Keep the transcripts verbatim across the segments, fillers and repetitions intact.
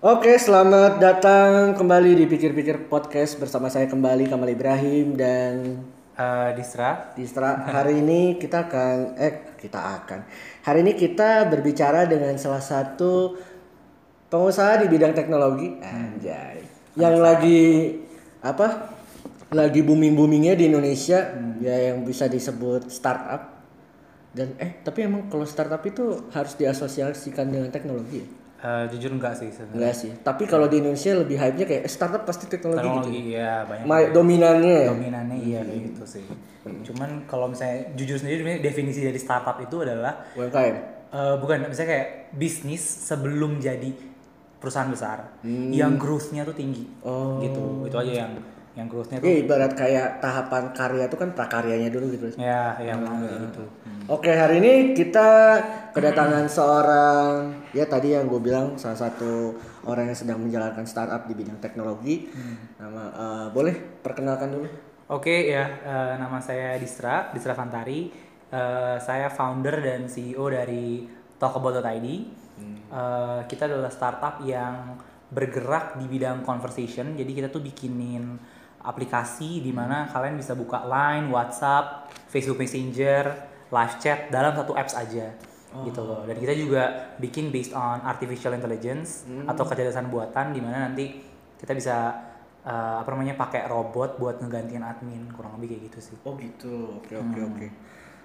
Oke, selamat datang kembali di Pikir-Pikir Podcast bersama saya kembali Kamal Ibrahim dan uh, Distra. Distra. Hari ini kita akan eh kita akan. Hari ini kita berbicara dengan salah satu pengusaha di bidang teknologi, anjay. Hmm. Yang lagi apa? Lagi booming-boomingnya di Indonesia, hmm. ya yang bisa disebut startup. Dan eh tapi emang kalau startup itu harus diasosiasikan dengan teknologi ya? Uh, jujur enggak sih sebenarnya. Enggak sih. Tapi kalau di Indonesia lebih hype-nya kayak startup pasti teknologi, teknologi gitu. Iya, banyak. Ma- dominannya. Dominannya hmm. iya kayak gitu sih. Hmm. Cuman kalau misalnya jujur sendiri definisi dari startup itu adalah U M K M. Uh, bukan, misalnya kayak bisnis sebelum jadi perusahaan besar hmm. yang growth-nya tuh tinggi. Oh. Gitu. Itu aja yang yang growth-nya tuh. Iya, ibarat kayak tahapan karya tuh kan prakaryanya dulu gitu. Ya, ya hmm. kayak gitu. Hmm. Oke, hari ini kita kedatangan seorang, ya tadi yang gue bilang salah satu orang yang sedang menjalankan startup di bidang teknologi. Hmm. Nama uh, boleh perkenalkan dulu. Oke ya, uh, nama saya Distra, Distra Fantari. Uh, saya founder dan C E O dari talkabout dot i d. Hmm. Uh, kita adalah startup yang bergerak di bidang conversation. Jadi kita tuh bikinin aplikasi di mana hmm. kalian bisa buka Line, WhatsApp, Facebook Messenger, live chat dalam satu apps aja. Oh. Gitu loh. Dan kita juga bikin based on artificial intelligence hmm. atau kecerdasan buatan di mana nanti kita bisa uh, apa namanya pakai robot buat ngegantiin admin, kurang lebih kayak gitu sih. Oh gitu. Oke oke hmm. oke.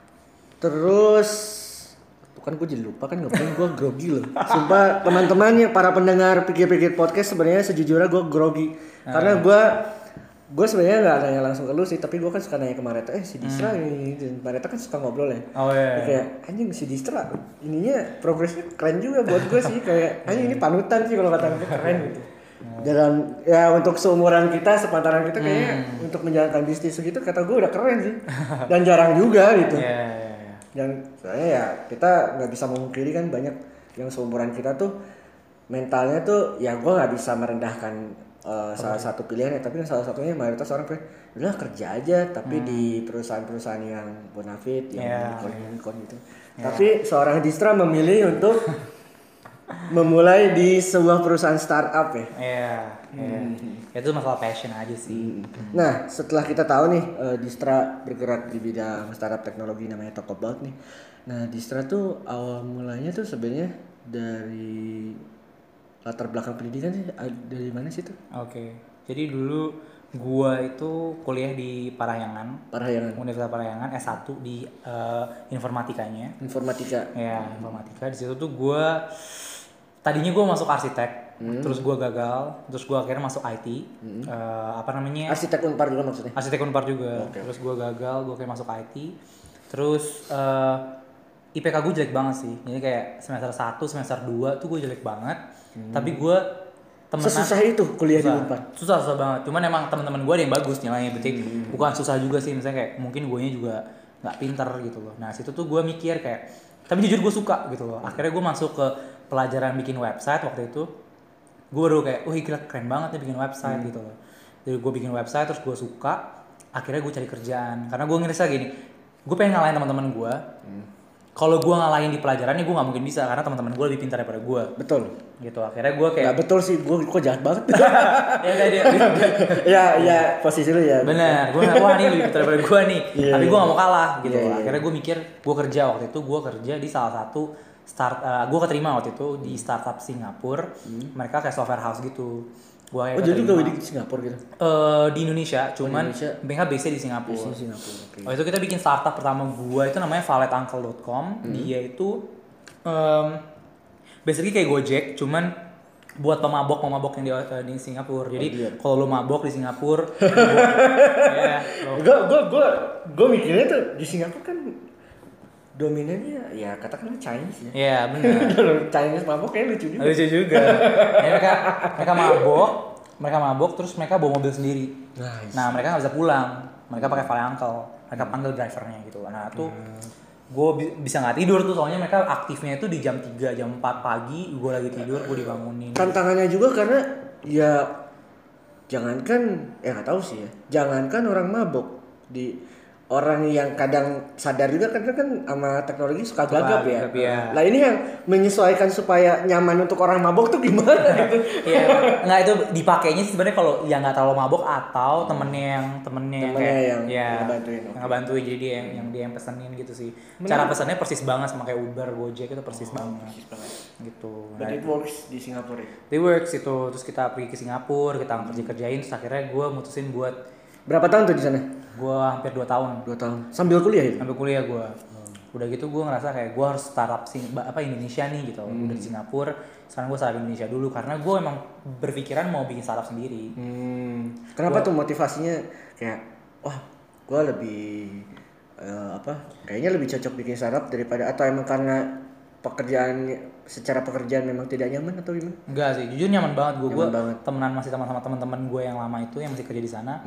Terus tuh kan gue jadi lupa kan ngapain gue grogi loh. Sumpah teman-teman yang para pendengar pikir-pikir podcast sebenarnya sejujurnya gue grogi hmm. karena gue gue sebenarnya nggak nanya langsung ke lu sih, tapi gue kan suka nanya ke Mareta, eh si Distra hmm. ini, dan Mareta kan suka ngobrol ya. Oh iya. Kayak anjing si Distra ininya progresnya keren juga buat gue sih, kayak anjing ini panutan sih kalau kata gue, keren gitu. Dalam ya untuk seumuran kita, sepantaran kita kayaknya hmm. untuk menjalankan bisnis segitu kata gue udah keren sih, dan jarang juga gitu. Yeah, yeah, yeah. Dan soalnya ya kita nggak bisa memungkiri kan banyak yang seumuran kita tuh mentalnya tuh ya gue nggak bisa merendahkan Uh, salah satu pilihan ya, tapi kan salah satunya mayoritas orang kayak udah kerja aja tapi hmm. di perusahaan-perusahaan yang bonafit yang yeah, unicorn-unicorn yeah. gitu. Yeah. Tapi seorang Distra memilih untuk memulai di sebuah perusahaan startup ya. Iya. Yeah, hmm. yeah. Itu masalah passion aja sih. Hmm. Nah, setelah kita tahu nih uh, Distra bergerak di bidang startup teknologi namanya talkabout nih. Nah, Distra tuh awal mulanya tuh sebenarnya dari latar belakang pendidikan sih dari mana sih tuh? Oke, okay. Jadi dulu gua itu kuliah di Parahyangan, Parahyangan, Universitas Parahyangan S satu di uh, informatikanya. Informatika. Ya, informatika. Di situ tuh gua tadinya gua masuk arsitek, hmm. terus gua gagal, terus gua akhirnya masuk I T. Hmm. Uh, apa namanya? Arsitek Unpar juga maksudnya? Arsitek Unpar juga. Okay. Terus gua gagal, gua akhirnya masuk I T. Terus uh, I P K gue jelek banget sih. Jadi kayak semester satu, semester dua tuh gue jelek banget. Hmm. Tapi gue temenan sesusah itu kuliah susah, di Unpar. Susah susah banget. Cuman emang teman-teman gue ada yang bagus nilainya, berarti hmm. bukan susah juga sih. Misalnya kayak mungkin gue nya juga nggak pinter gitu loh. Nah situ tuh gue mikir kayak, tapi jujur gue suka gitu loh. Akhirnya gue masuk ke pelajaran bikin website waktu itu. Gue baru kayak, wah gila keren banget nih bikin website hmm. gitu loh. Jadi gue bikin website terus gue suka. Akhirnya gue cari kerjaan. Karena gue ngerasa gini, gue pengen ngalahin teman-teman gue. Hmm. Kalau gue ngalahin di pelajarannya gue nggak mungkin bisa karena teman-teman gue lebih pintar daripada gue. Betul. Gitu akhirnya gue kayak. Nggak betul sih, gue kok jahat banget. ya udah dia. ya ya posisi lu ya. Bener, gue wah nih lebih pintar daripada gue nih. Yeah, tapi gue nggak mau kalah gitu. Yeah, yeah. Akhirnya gue mikir gue kerja waktu itu gue kerja di salah satu start. Uh, gue keterima waktu itu di startup Singapura. Hmm. Mereka kayak software house gitu. Gua oh jadi gawe di Singapura gitu? Uh, di Indonesia, cuman oh, mereka base di Singapura. Base di Singapura. Okay. Oh itu kita bikin startup pertama gua itu namanya valet uncle dot com. Hmm. Dia itu um, basically kayak Gojek, cuman buat pemabok-pemabok yang di, uh, di Singapura. Jadi oh, kalau lo mabok di Singapura, ya. Gue gue gue gue mikirnya tuh di Singapura kan dominannya ya katakanlah Chinese ya. Iya benar. Chinese mabok kayak lucu juga. Lucu juga. Ya, mereka mereka mabok, mereka mabok terus mereka bawa mobil sendiri. Nice. Nah mereka nggak bisa pulang, mereka pakai valet uncle, mereka hmm. panggil drivernya gitu. Nah tuh hmm. gue bi- bisa nggak tidur tuh soalnya mereka aktifnya itu di jam tiga, jam empat pagi, gue lagi tidur, gue dibangunin. Tantangannya juga karena ya jangankan ya nggak tahu sih ya, jangankan orang mabok di orang yang kadang sadar juga kadang kan sama teknologi suka Suka gagap ya. gagap, ya. Lah ini yang menyesuaikan supaya nyaman untuk orang mabok tuh gimana gitu. Iya, nggak itu dipakainya sih sebenarnya kalau yang nggak terlalu mabok atau temennya yang temennya yang Temennya kayak yang ya ngebantuin, yang oke. ngebantuin jadi dia yang yang dia yang pesenin gitu sih. Menarik. Cara pesannya persis banget sama kayak Uber, Gojek itu persis banget. Persis banget. Gitu. But Nah, it works di Singapura ya. they works itu terus kita pergi ke Singapura, kita kerja kerjain terus akhirnya gue mutusin buat Berapa tahun tuh di sana? gue hampir dua tahun Dua tahun. Sambil kuliah itu? sambil kuliah gue. Udah gitu gue ngerasa kayak gue harus startup sing apa Indonesia nih gitu. Udah di Singapura, sekarang gue startup Indonesia dulu karena gue emang berpikiran mau bikin startup sendiri. Hmm. Kenapa Gua- tuh motivasinya kayak wah gue lebih eh, apa? Kayaknya lebih cocok bikin startup daripada atau emang karena pekerjaan secara pekerjaan memang tidak nyaman atau gimana? Enggak sih, jujur nyaman banget gue. Gue Nyaman banget. temenan masih teman sama teman-teman gue yang lama itu yang masih kerja di sana.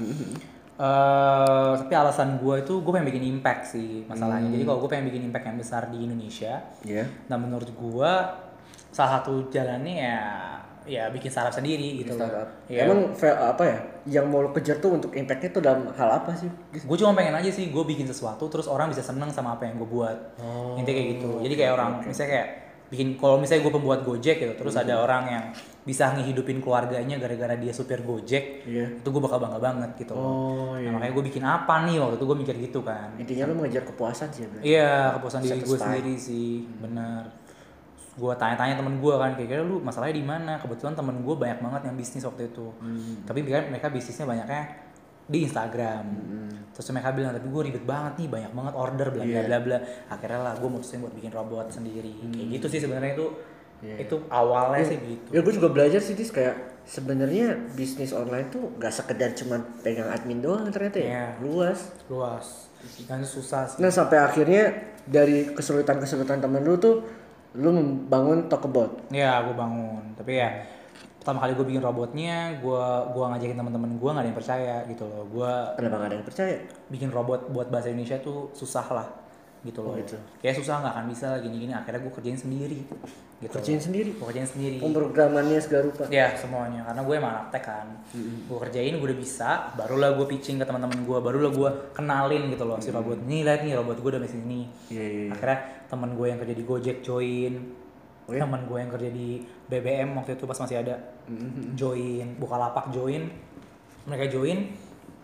Eh, tapi alasan gue itu gue pengen bikin impact sih masalahnya. Jadi kalau gue pengen bikin impact yang besar di Indonesia, Iya. nah menurut gue salah satu jalannya ya ya bikin startup sendiri gitu. Startup. Ya, Emang fe- apa ya? Yang mau lo kejar tuh untuk impactnya tuh dalam hal apa sih? gue cuma pengen aja sih gue bikin sesuatu terus orang bisa seneng sama apa yang gue buat. Oh, Intinya kayak gitu. Jadi kayak orang misalnya kayak bikin kalau misalnya gue pembuat Gojek gitu terus ada orang yang bisa ngehidupin keluarganya gara-gara dia supir Gojek, Iya. itu gue bakal bangga banget gitu. Oh, iya. Nah, makanya gue bikin apa nih waktu itu gue mikir gitu kan. Intinya lo mengejar kepuasan sih ya, berarti. Iya, kepuasan diri gue Satisfied. sendiri sih, bener. Gue tanya-tanya temen gue kan, kira-kira lu masalahnya di mana? Kebetulan temen gue banyak banget yang bisnis waktu itu. Tapi mereka, mereka bisnisnya banyaknya di Instagram. Terus mereka bilang, tapi gue ribet banget nih, banyak banget order, bla bla Iya. bla bla. Akhirnya lah gue mutusin buat bikin robot sendiri. Kayak gitu sih sebenarnya itu. Iya. Itu awalnya sih gitu. Ya gue juga belajar sih Dis kayak sebenarnya bisnis online tuh gak sekedar cuma pegang admin doang ternyata ya. Iya. Luas. Luas. Dan susah sih. Nah sampai akhirnya dari kesulitan-kesulitan temen lu tuh lu membangun Talkabout. Iya, gue bangun. Tapi ya pertama kali gue bikin robotnya, gue gua ngajakin teman-teman gue nggak ada yang percaya gitu loh. Gue Kenapa gak ada yang percaya? bikin robot buat bahasa Indonesia tuh susah lah gitu loh. Oh, gitu. Kayak susah nggak akan bisa gini-gini. Akhirnya gue kerjain sendiri. Gitu. Kerjain sendiri? Gue kerjain sendiri. Pemrogramannya segala rupa. Ya semuanya. Karena gue emang anak tech kan. Gue kerjain, gue udah bisa. Barulah gue pitching ke teman-teman gue. Barulah gue kenalin gitu loh si robot. Nih lihat nih robot gue udah mesin ini. Iya, iya, iya. Akhirnya teman gue yang kerja di Gojek join. Oh ya? Teman gue yang kerja di B B M waktu itu pas masih ada join, Bukalapak join, mereka join,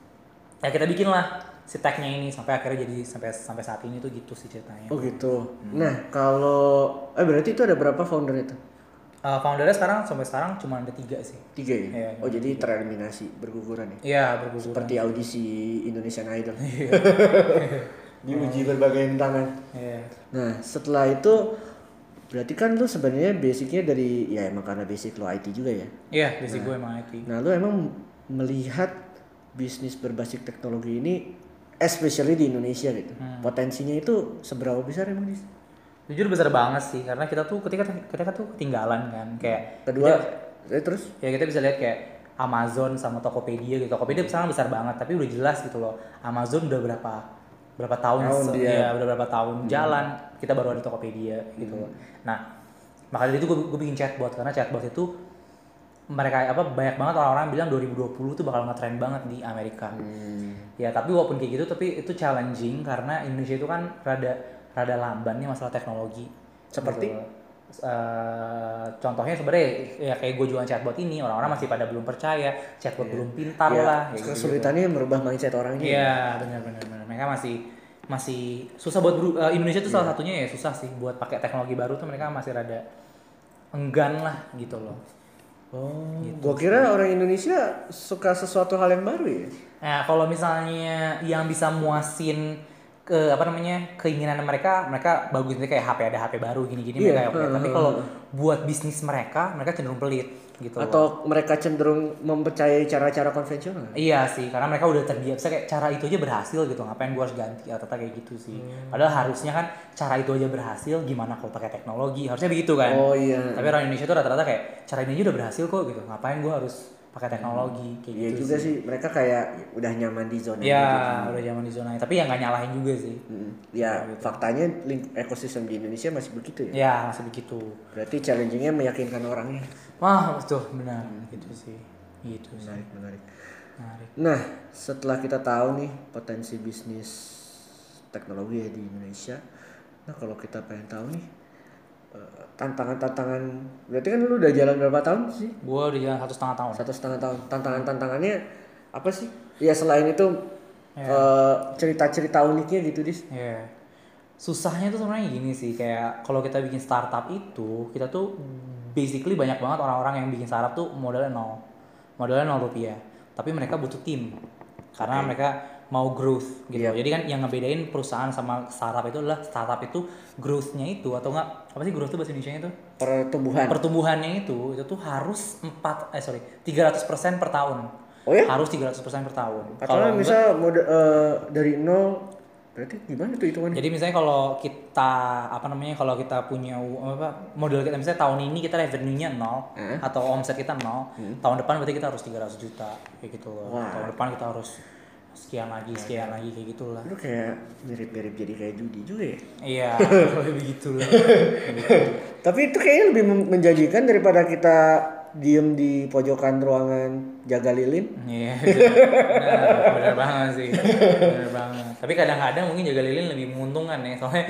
ya kita bikin lah si tag-nya ini sampai akhirnya jadi sampai sampai saat ini tuh gitu sih ceritanya. Oh gitu. Nah kalau eh berarti itu ada berapa founder itu? Uh, foundernya sekarang sampai sekarang cuma ada tiga sih. Tiga ya? Iya, Oh jadi tereliminasi berguguran ya? Iya berguguran. Seperti audisi Indonesian Idol. Diuji berbagai rintangan. Iya. Nah setelah itu berarti kan lu sebenarnya basicnya dari ya emang karena basic lu I T juga ya. Iya, basic gue emang I T. Nah lu emang melihat bisnis berbasis teknologi ini, especially di Indonesia gitu, potensinya itu seberapa besar emang Dis? Jujur besar banget sih karena kita tuh ketika ketika tuh ketinggalan kan kayak Kedua, kita- eh, terus? ya kita bisa lihat kayak Amazon sama Tokopedia gitu. Tokopedia sekarang besar banget tapi udah jelas gitu loh. Amazon udah berapa berapa tahun, Tahun se- dia. ya udah berapa tahun jalan kita baru ada Tokopedia gitu loh. Nah maka dari itu gue, gue bikin chatbot karena chatbot itu mereka apa banyak banget orang-orang bilang dua ribu dua puluh tuh bakal nge-trend banget di Amerika. Ya tapi walaupun kayak gitu tapi itu challenging karena Indonesia itu kan rada rada lamban nih masalah teknologi. Seperti? Gitu. Eh, contohnya sebenarnya ya kayak gue jualan chatbot ini orang-orang masih pada belum percaya chatbot belum pintar Ya, lah kayak gitu. kesulitannya merubah mindset orangnya. Iya benar-benar benar. Mereka masih masih susah buat beru- eh, Indonesia tuh salah satunya ya susah sih buat pakai teknologi baru tuh mereka masih rada enggan lah gitu loh. Oh, gua kira orang Indonesia suka sesuatu hal yang baru ya. Nah kalau misalnya yang bisa muasin ke apa namanya keinginan mereka mereka bagusnya kayak H P ada H P baru gini-gini Iya, mereka oke. heeh, Tapi heeh, kalau buat bisnis mereka mereka cenderung pelit gitu loh. Atau mereka cenderung mempercayai cara-cara konvensional. Iya sih, karena mereka udah terbiasa kayak cara itu aja berhasil gitu, ngapain gua harus ganti atau kayak gitu sih. Padahal harusnya kan cara itu aja berhasil, gimana kalau pakai teknologi? Harusnya begitu kan. Oh iya. Tapi orang Indonesia tuh rata-rata kayak cara ini aja udah berhasil kok gitu, ngapain gua harus pakai teknologi kayak Iya gitu juga sih. Mereka kayak udah nyaman di zona. Ya, udah zaman di zona. Tapi ya nggak nyalahin juga sih. Mm. Ya, faktanya link ekosistem di Indonesia masih begitu ya. Ya, masih begitu. Berarti challengingnya meyakinkan orangnya. Wah, betul benar gitu sih. Gitu sih. Menarik, menarik. Menarik. Nah, setelah kita tahu nih potensi bisnis teknologi ya di Indonesia. Nah kalau kita pengen tahu nih uh, tantangan-tantangan, berarti kan lu udah jalan berapa tahun sih? Gua udah jalan satu setengah tahun. Satu setengah tahun. Tantangan-tantangannya apa sih? Ya selain itu Yeah. uh, cerita-cerita uniknya gitu dis. Iya. Yeah. Susahnya tuh sebenarnya gini sih, kayak kalau kita bikin startup itu, kita tuh basically banyak banget orang-orang yang bikin startup tuh modalnya nol. Modalnya nol rupiah. Tapi mereka butuh tim. Karena okay. mereka mau growth gitu. Yep. Jadi kan yang ngebedain perusahaan sama startup itu adalah startup itu growth-nya itu atau enggak apa sih growth itu bahasa Indonesianya itu? Pertumbuhan. Pertumbuhannya itu itu tuh harus empat eh sorry tiga ratus persen per tahun. Oh ya? Harus tiga ratus persen per tahun. Kalau misal mode uh, dari nol berarti gimana tuh hitungannya? Jadi misalnya kalau kita apa namanya kalau kita punya apa model kita misalnya tahun ini kita revenue-nya nol eh? atau omset kita nol, hmm. tahun depan berarti kita harus tiga ratus juta kayak gitu loh. Wow. Tahun depan kita harus sekian lagi, sekian lagi kayak gitulah. Lu kayak mirip-mirip jadi kayak judi juga ya? Iya, lebih gitu lah. Tapi itu kayaknya lebih menjanjikan daripada kita diem di pojokan ruangan jaga lilin. Iya, benar, benar banget sih, benar banget. Tapi kadang-kadang mungkin jaga lilin lebih menguntungkan ya, soalnya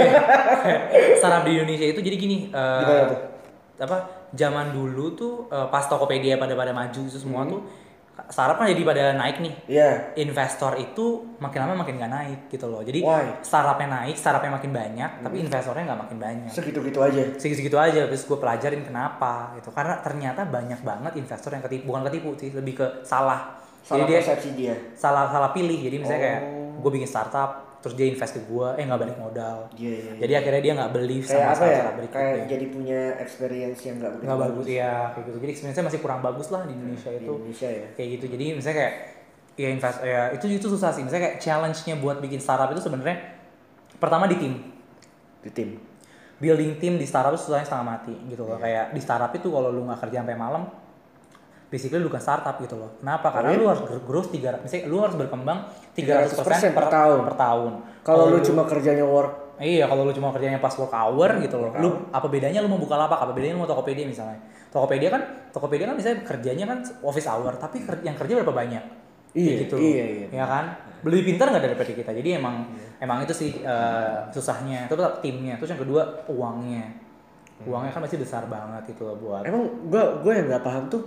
startup di Indonesia itu jadi gini. Uh, apa? Zaman dulu tuh uh, pas Tokopedia pada pada maju itu semua hmm. tuh startup kan jadi pada naik nih. Iya. Yeah. Investor itu makin lama makin gak naik gitu loh. Jadi Why? startupnya naik, startupnya makin banyak, hmm. tapi investornya nggak makin banyak. Segitu-gitu aja. Segitu-gitu aja. Terus gue pelajarin kenapa gitu. Karena ternyata banyak banget investor yang ketipu, bukan ketipu sih, lebih ke salah. Salah jadi persepsi dia, dia. Salah salah pilih. Jadi misalnya oh. kayak gue bikin startup, terus dia invest ke gue, eh nggak balik modal. Yeah, yeah, yeah. Jadi akhirnya dia nggak beli sama apa ya? berikutnya. Kayak jadi punya experience yang nggak bagus. Nggak bagus ya, kayak gitu. Jadi experience-nya masih kurang bagus lah di Indonesia di itu. Indonesia ya. Kayak gitu. Jadi misalnya kayak ya invest ya itu itu susah sih. Misalnya kayak challenge-nya buat bikin startup itu sebenarnya pertama di tim. Di tim. Building tim di startup itu susahnya setengah mati gitu loh. Yeah. Kayak di startup itu kalau lu nggak kerja sampai malam, basically lu bukan startup gitu loh. Kenapa? Karena oh, lu harus growth tiga, misalnya lu harus berkembang tiga ratus persen per, per tahun. Per tahun. Kalau lu cuma kerjanya work, iya kalau lu cuma kerjanya pas work hour gitu loh. Lu apa bedanya lu mau buka lapak? Apa bedanya lu mau Tokopedia misalnya? Tokopedia kan Tokopedia kan misalnya kerjanya kan office hour, tapi yang kerja berapa banyak? Iya, gitu. Iya, iya. Ya kan? Lebih pintar nggak daripada kita. Jadi emang iya. emang itu sih uh, susahnya. Itu timnya. Terus yang kedua uangnya. Uangnya kan pasti besar banget itu loh buat. Emang gua gua yang nggak paham tuh,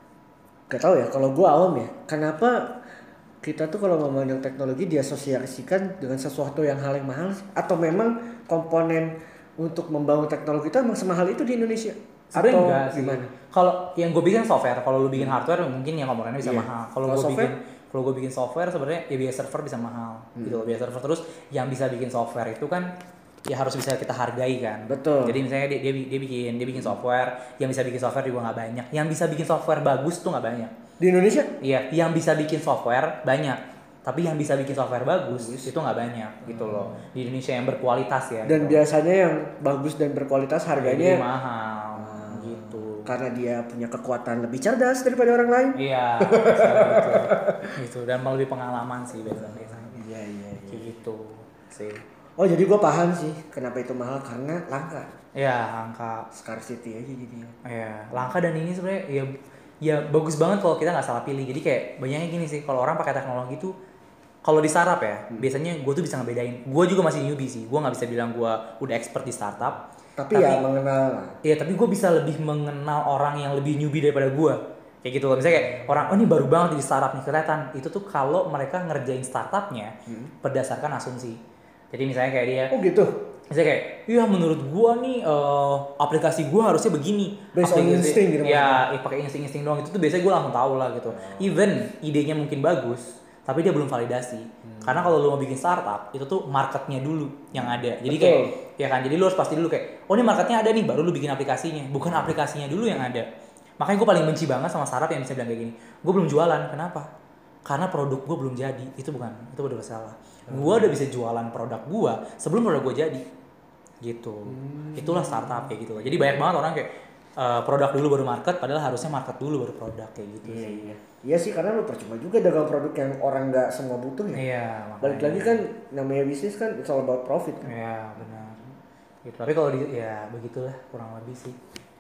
gak tahu ya. Kalau gua awam ya, kenapa kita tuh kalau memandang teknologi diasosiasikan dengan sesuatu yang hal yang mahal? Atau memang komponen untuk membangun teknologi itu emang semahal itu di Indonesia? Sebenarnya atau enggak sih. Gimana? Kalau yang gue bikin software, kalau lu bikin hardware mungkin yang komponennya bisa yeah. mahal. Kalau gue bikin kalau gue bikin software sebenarnya ya biaya server bisa mahal hmm. gitu loh, biaya server. Terus yang bisa bikin software itu kan ya harus bisa kita hargai kan. Betul. Jadi misalnya dia dia, dia bikin dia bikin software, yang bisa bikin software juga nggak banyak. Yang bisa bikin software bagus tuh nggak banyak. Di Indonesia? Iya, yang bisa bikin software banyak. Tapi yang bisa bikin software bagus itu nggak banyak gitu loh. Di Indonesia yang berkualitas ya. Dan gitu. Biasanya yang bagus dan berkualitas harganya mahal. Gitu. Karena dia punya kekuatan lebih cerdas daripada orang lain. Iya. gitu. gitu. Dan lebih pengalaman sih biasanya. Iya iya. iya. Gitu sih. Oh jadi gue paham sih kenapa itu mahal karena langka. Iya langka. Scarcity aja jadinya. Iya langka dan ini sebenarnya ya ya bagus banget kalau kita nggak salah pilih. Jadi kayak banyaknya gini sih kalau orang pakai teknologi tuh kalau di startup ya hmm. biasanya gue tuh bisa ngebedain. Gue juga masih newbie sih. Gue nggak bisa bilang gue udah expert di startup. Tapi, tapi ya mengenal. Iya tapi gue bisa lebih mengenal orang yang lebih newbie daripada gue. Kayak gitu loh. Misalnya kayak orang, oh ini baru banget di startup nih kelihatan. Itu tuh kalau mereka ngerjain startupnya hmm. berdasarkan asumsi. Jadi misalnya kayak dia. Oh gitu. Misalnya kayak, iya menurut gue nih uh, aplikasi gue harusnya begini. Based on insting gitu. Ya, ya pakai insting-insting doang. Itu tuh biasanya gue langsung tahu lah gitu. Oh. Even idenya mungkin bagus, tapi dia belum validasi. Hmm. Karena kalau lu mau bikin startup, itu tuh marketnya dulu yang ada. Jadi betul. Kayak, ya kan. Jadi lu harus pasti dulu kayak, oh ini marketnya ada nih, baru lu bikin aplikasinya. Bukan aplikasinya dulu yang ada. Makanya gue paling benci banget sama startup yang bisa bilang kayak gini. Gue belum jualan, kenapa? Karena produk gue belum jadi. Itu bukan, itu udah salah. Hmm. Gue udah bisa jualan produk gue sebelum produk gue jadi. Gitu. Hmm. Itulah startup kayak gitu. Jadi banyak banget orang kayak uh, produk dulu baru market, padahal harusnya market dulu baru produk kayak gitu. Iya iya. Iya sih karena lu percuma juga dagang produk yang orang nggak semua butuh ya. Iya. Balik lagi kan namanya bisnis kan it's all about profit. Kan? Iya benar. Gitu. Tapi kalau di ya begitulah kurang lebih sih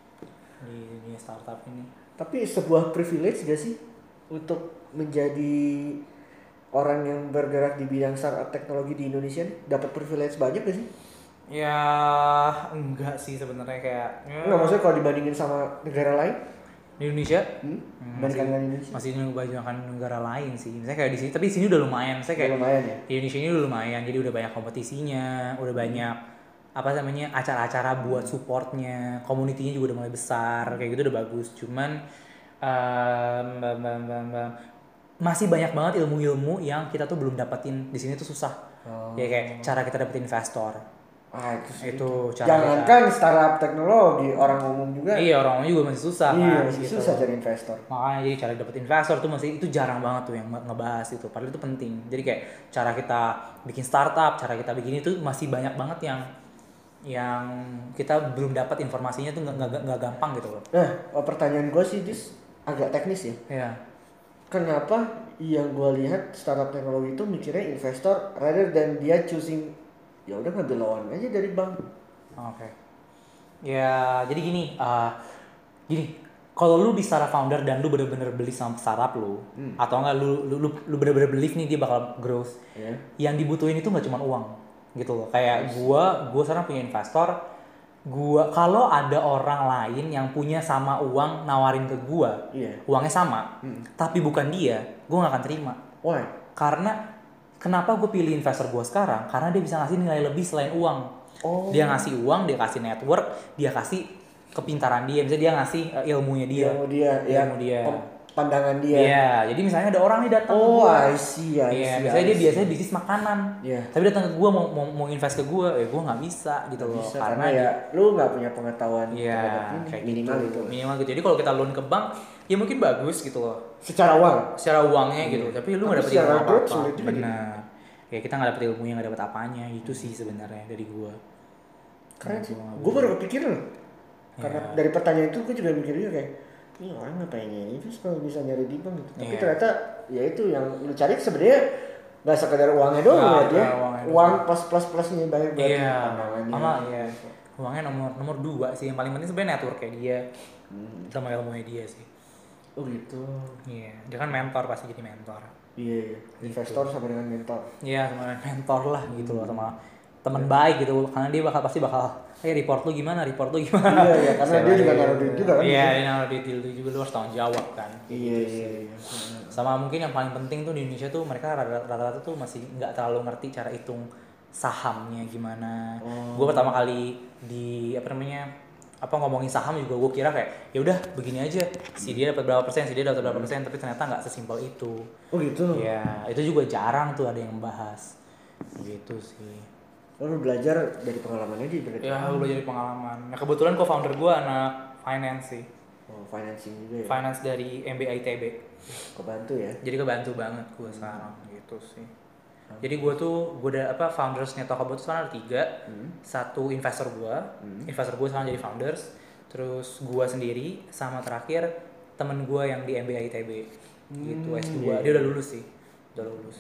di dunia startup ini. Tapi sebuah privilege gak sih untuk menjadi orang yang bergerak di bidang startup teknologi di Indonesia dapat privilege banyak gak sih? Ya enggak sih sebenarnya kayak ya, Enggak, maksudnya kalau dibandingin sama negara lain? di Indonesia Hmm? hmm, Dibandingkan masih dengan Indonesia? masih ngebanyakan negara lain sih. Misalnya kayak di sini, tapi di sini udah lumayan. Saya kayak Udah lumayan ya? di Indonesia ini udah lumayan, jadi udah banyak kompetisinya, udah banyak apa namanya acara-acara buat supportnya, community-nya juga udah mulai besar, kayak gitu udah bagus. Cuman um, bam, bam, bam, bam, masih banyak banget ilmu-ilmu yang kita tuh belum dapatin di sini tuh susah. Oh. Ya kayak cara kita dapetin investor. Ah, itu sih. Itu cara Jangankan startup teknologi, orang umum juga. Iya, orang juga masih susah Iya, kan. masih gitu. susah cari investor. Makanya jadi cara dapet investor tuh masih itu jarang banget tuh yang nge- ngebahas itu. Padahal itu penting. Jadi kayak cara kita bikin startup, cara kita bikin itu masih banyak banget yang yang kita belum dapat informasinya tuh nggak nggak nggak gampang gitu loh. Nah, oh, pertanyaan gue sih dis agak teknis ya. Iya. Kenapa yang gue lihat startup teknologi itu mikirnya investor rather than dia choosing ya udah ngambil loan aja dari bank. Oke. Ya, jadi gini, uh, gini, kalau lu bisa founder dan lu bener-bener beli sama startup lu, Hmm. atau enggak lu lu lu, lu bener-bener believe nih dia bakal growth, Ya. yang dibutuhin itu nggak cuma uang, gitu loh. Kayak gua, gua sekarang punya investor, gua kalau ada orang lain yang punya sama uang nawarin ke gua, Iya. uangnya sama, Hmm. tapi bukan dia, gua nggak akan terima. Why? Karena kenapa gue pilih investor gue sekarang? Karena dia bisa ngasih nilai lebih selain uang. Oh. Dia ngasih uang, dia kasih network, dia kasih kepintaran dia. Misalnya dia ngasih uh, ilmunya dia. Ilmu dia, ya, Ilmu dia. pem- pandangan dia. Iya, jadi misalnya ada orang nih datang Oh, ke gue. I see, I Iya, see, misalnya I dia see. biasanya bisnis makanan. Iya. Tapi datang ke gue mau, mau mau invest ke gue, ya gue nggak bisa gitu Nggak loh. bisa, karena karena ya lu nggak punya pengetahuan Iya, terhadap ini, kayak minimal gitu. itu. Minimal gitu. Jadi kalau kita loan ke bank, ya mungkin bagus gitu loh. Secara uang. Secara uangnya gitu, tapi lu nggak Tapi dapet secara ilmu growth apa-apa. sulit juga Benar. Ya kita nggak dapet ilmunya, nggak dapet apanya. Itu sih sebenarnya dari gua. Keren Nah, sih. gua nggak Gue baru kepikiran loh. Karena Iya. dari pertanyaan itu gue juga mikir juga kayak, ini orang ngapain ini terus kalau bisa nyari di bank gitu. Tapi Iya. ternyata ya itu yang lu cari sebenarnya nggak sekedar uangnya doang Nggak, ya dia. nggak uangnya doang. Uang plus plus plusnya banyak banget Iya. pandangannya. Sama ya. Uangnya nomor nomor dua sih. Yang paling penting sebenarnya network kayak dia Hmm. sama ilmunya dia sih. Oh gitu. Iya. Dia kan mentor, pasti jadi mentor. Iya, iya. Investor sama dengan mentor. Iya, sama mentor lah gitu loh, sama teman baik gitu. Karena dia bakal pasti bakal, "Eh, report lu gimana? Report lu gimana?" Iya, iya, karena dia juga naruh duit juga kan. Iya, dia naruh duit lu juga, lu harus tanggung jawab kan. Iya, iya, iya. Sama mungkin yang paling penting tuh di Indonesia tuh mereka rata- rata-rata tuh masih nggak terlalu ngerti cara hitung sahamnya gimana. Oh. Gue pertama kali di apa namanya apa ngomongin saham juga gue kira kayak ya udah begini aja, si dia dapat berapa persen, si dia dapat berapa persen, tapi ternyata nggak sesimpel itu. Oh gitu. Ya itu juga jarang tuh ada yang membahas gitu sih. Oh, lu belajar dari pengalamannya dia berarti. Ya gue belajar dari pengalaman. Nah kebetulan co-founder gue anak finance sih, Oh, financing juga ya. finance dari M B A I T B. Kebantu ya. Jadi kebantu banget gue sekarang gitu sih. Jadi gue tuh gue ada apa foundersnya Tokobot tuh sekarang ada tiga, Hmm. satu investor gue, Hmm. investor gue sekarang jadi founders, terus gue sendiri sama terakhir temen gue yang di M B A I T B gitu Hmm, S dua, iya. dia udah lulus sih, udah lulus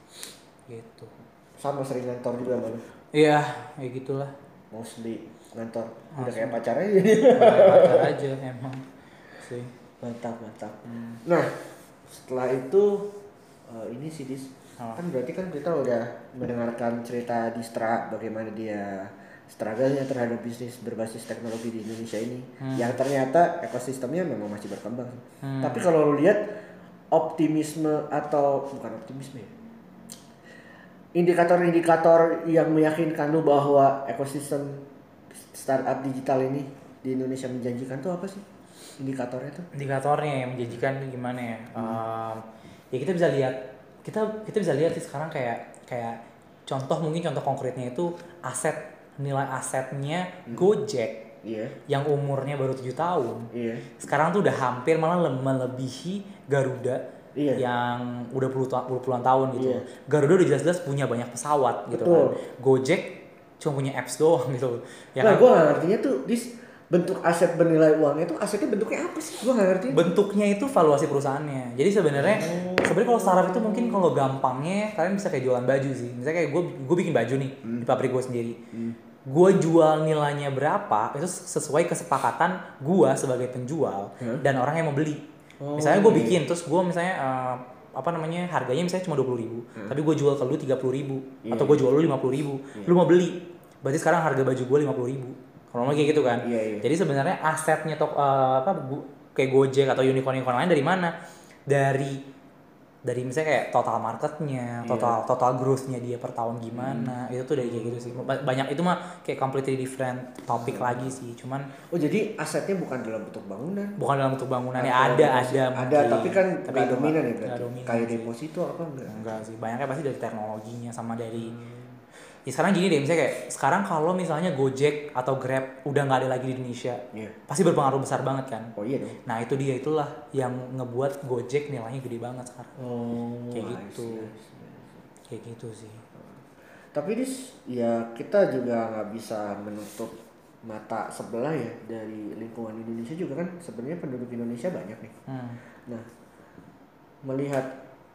gitu. Sama sering ngantor juga malu. Iya, ya gitulah. Mostly ngantor. Udah Langsung. kayak pacar aja. Pacar aja emang sih. Mantap, mantap. Hmm. Nah, setelah itu eh, ini sih Dis. Oh. Kan berarti kan kita udah mendengarkan cerita Distra bagaimana dia struggle-nya terhadap bisnis berbasis teknologi di Indonesia ini. Hmm. Yang ternyata ekosistemnya memang masih berkembang. Hmm. Tapi kalau lu lihat optimisme atau bukan optimisme ya. Indikator-indikator yang meyakinkan lu bahwa ekosistem startup digital ini di Indonesia menjanjikan tuh apa sih? Indikatornya tuh? Indikatornya yang menjanjikan tuh gimana ya? Um, ya kita bisa lihat, kita kita bisa lihat sih sekarang kayak kayak contoh mungkin contoh konkretnya itu aset nilai asetnya Gojek Iya. yang umurnya baru tujuh tahun. Iya. Sekarang tuh udah hampir malah le- melebihi Garuda. Iya. Yang udah puluh ta- puluh puluhan tahun gitu. Iya. Garuda udah jelas-jelas punya banyak pesawat gitu Betul. kan. Gojek cuma punya apps doang gitu. Ya nah, kan? gue gak ngertinya tuh, dis bentuk aset bernilai uangnya tuh asetnya bentuknya apa sih? Gue gak ngerti. Bentuknya itu valuasi perusahaannya. Jadi sebenarnya Oh. sebenarnya kalau startup itu mungkin kalau gampangnya kalian bisa kayak jualan baju sih. Misalnya kayak gue gue bikin baju nih Hmm. di pabrik gue sendiri. Gue jual nilainya berapa itu sesuai kesepakatan gue sebagai penjual Hmm. dan orang yang mau beli. Oh, Misalnya gue iya. bikin terus gue misalnya uh, apa namanya harganya misalnya cuma dua puluh ribu, hmm. tapi gue jual ke lu tiga puluh ribu yeah. atau gue jual lu lima puluh ribu, yeah. lu mau beli, berarti sekarang harga baju gue lima puluh ribu. Kalau kayak gitu kan. Yeah, yeah. Jadi sebenarnya asetnya tok uh, apa kayak Gojek atau unicorn-unicorn lain dari mana? Dari dari misalnya kayak total marketnya, total yeah. total growth-nya dia per tahun gimana, hmm. itu tuh dari kayak gitu sih. Banyak itu mah kayak completely different topik hmm. lagi sih, cuman oh jadi asetnya bukan dalam bentuk bangunan? Bukan dalam bentuk bangunan, ya ada ada ada mungkin. Tapi kan tapi nggak dominan ya berarti. Kayak sih. deposito apa enggak? Enggak sih, banyaknya pasti dari teknologinya sama dari hmm. ya sekarang gini deh, misalnya kayak sekarang kalau misalnya Gojek atau Grab udah nggak ada lagi di Indonesia, yeah. pasti berpengaruh besar banget kan. Oh iya dong. Nah itu dia, itulah yang ngebuat Gojek nilainya gede banget sekarang. Oh, kayak gitu, see, see, see. kayak gitu sih. Tapi dis, ya kita juga nggak bisa menutup mata sebelah ya dari lingkungan Indonesia juga kan sebenarnya penduduk Indonesia banyak nih. Hmm. Nah melihat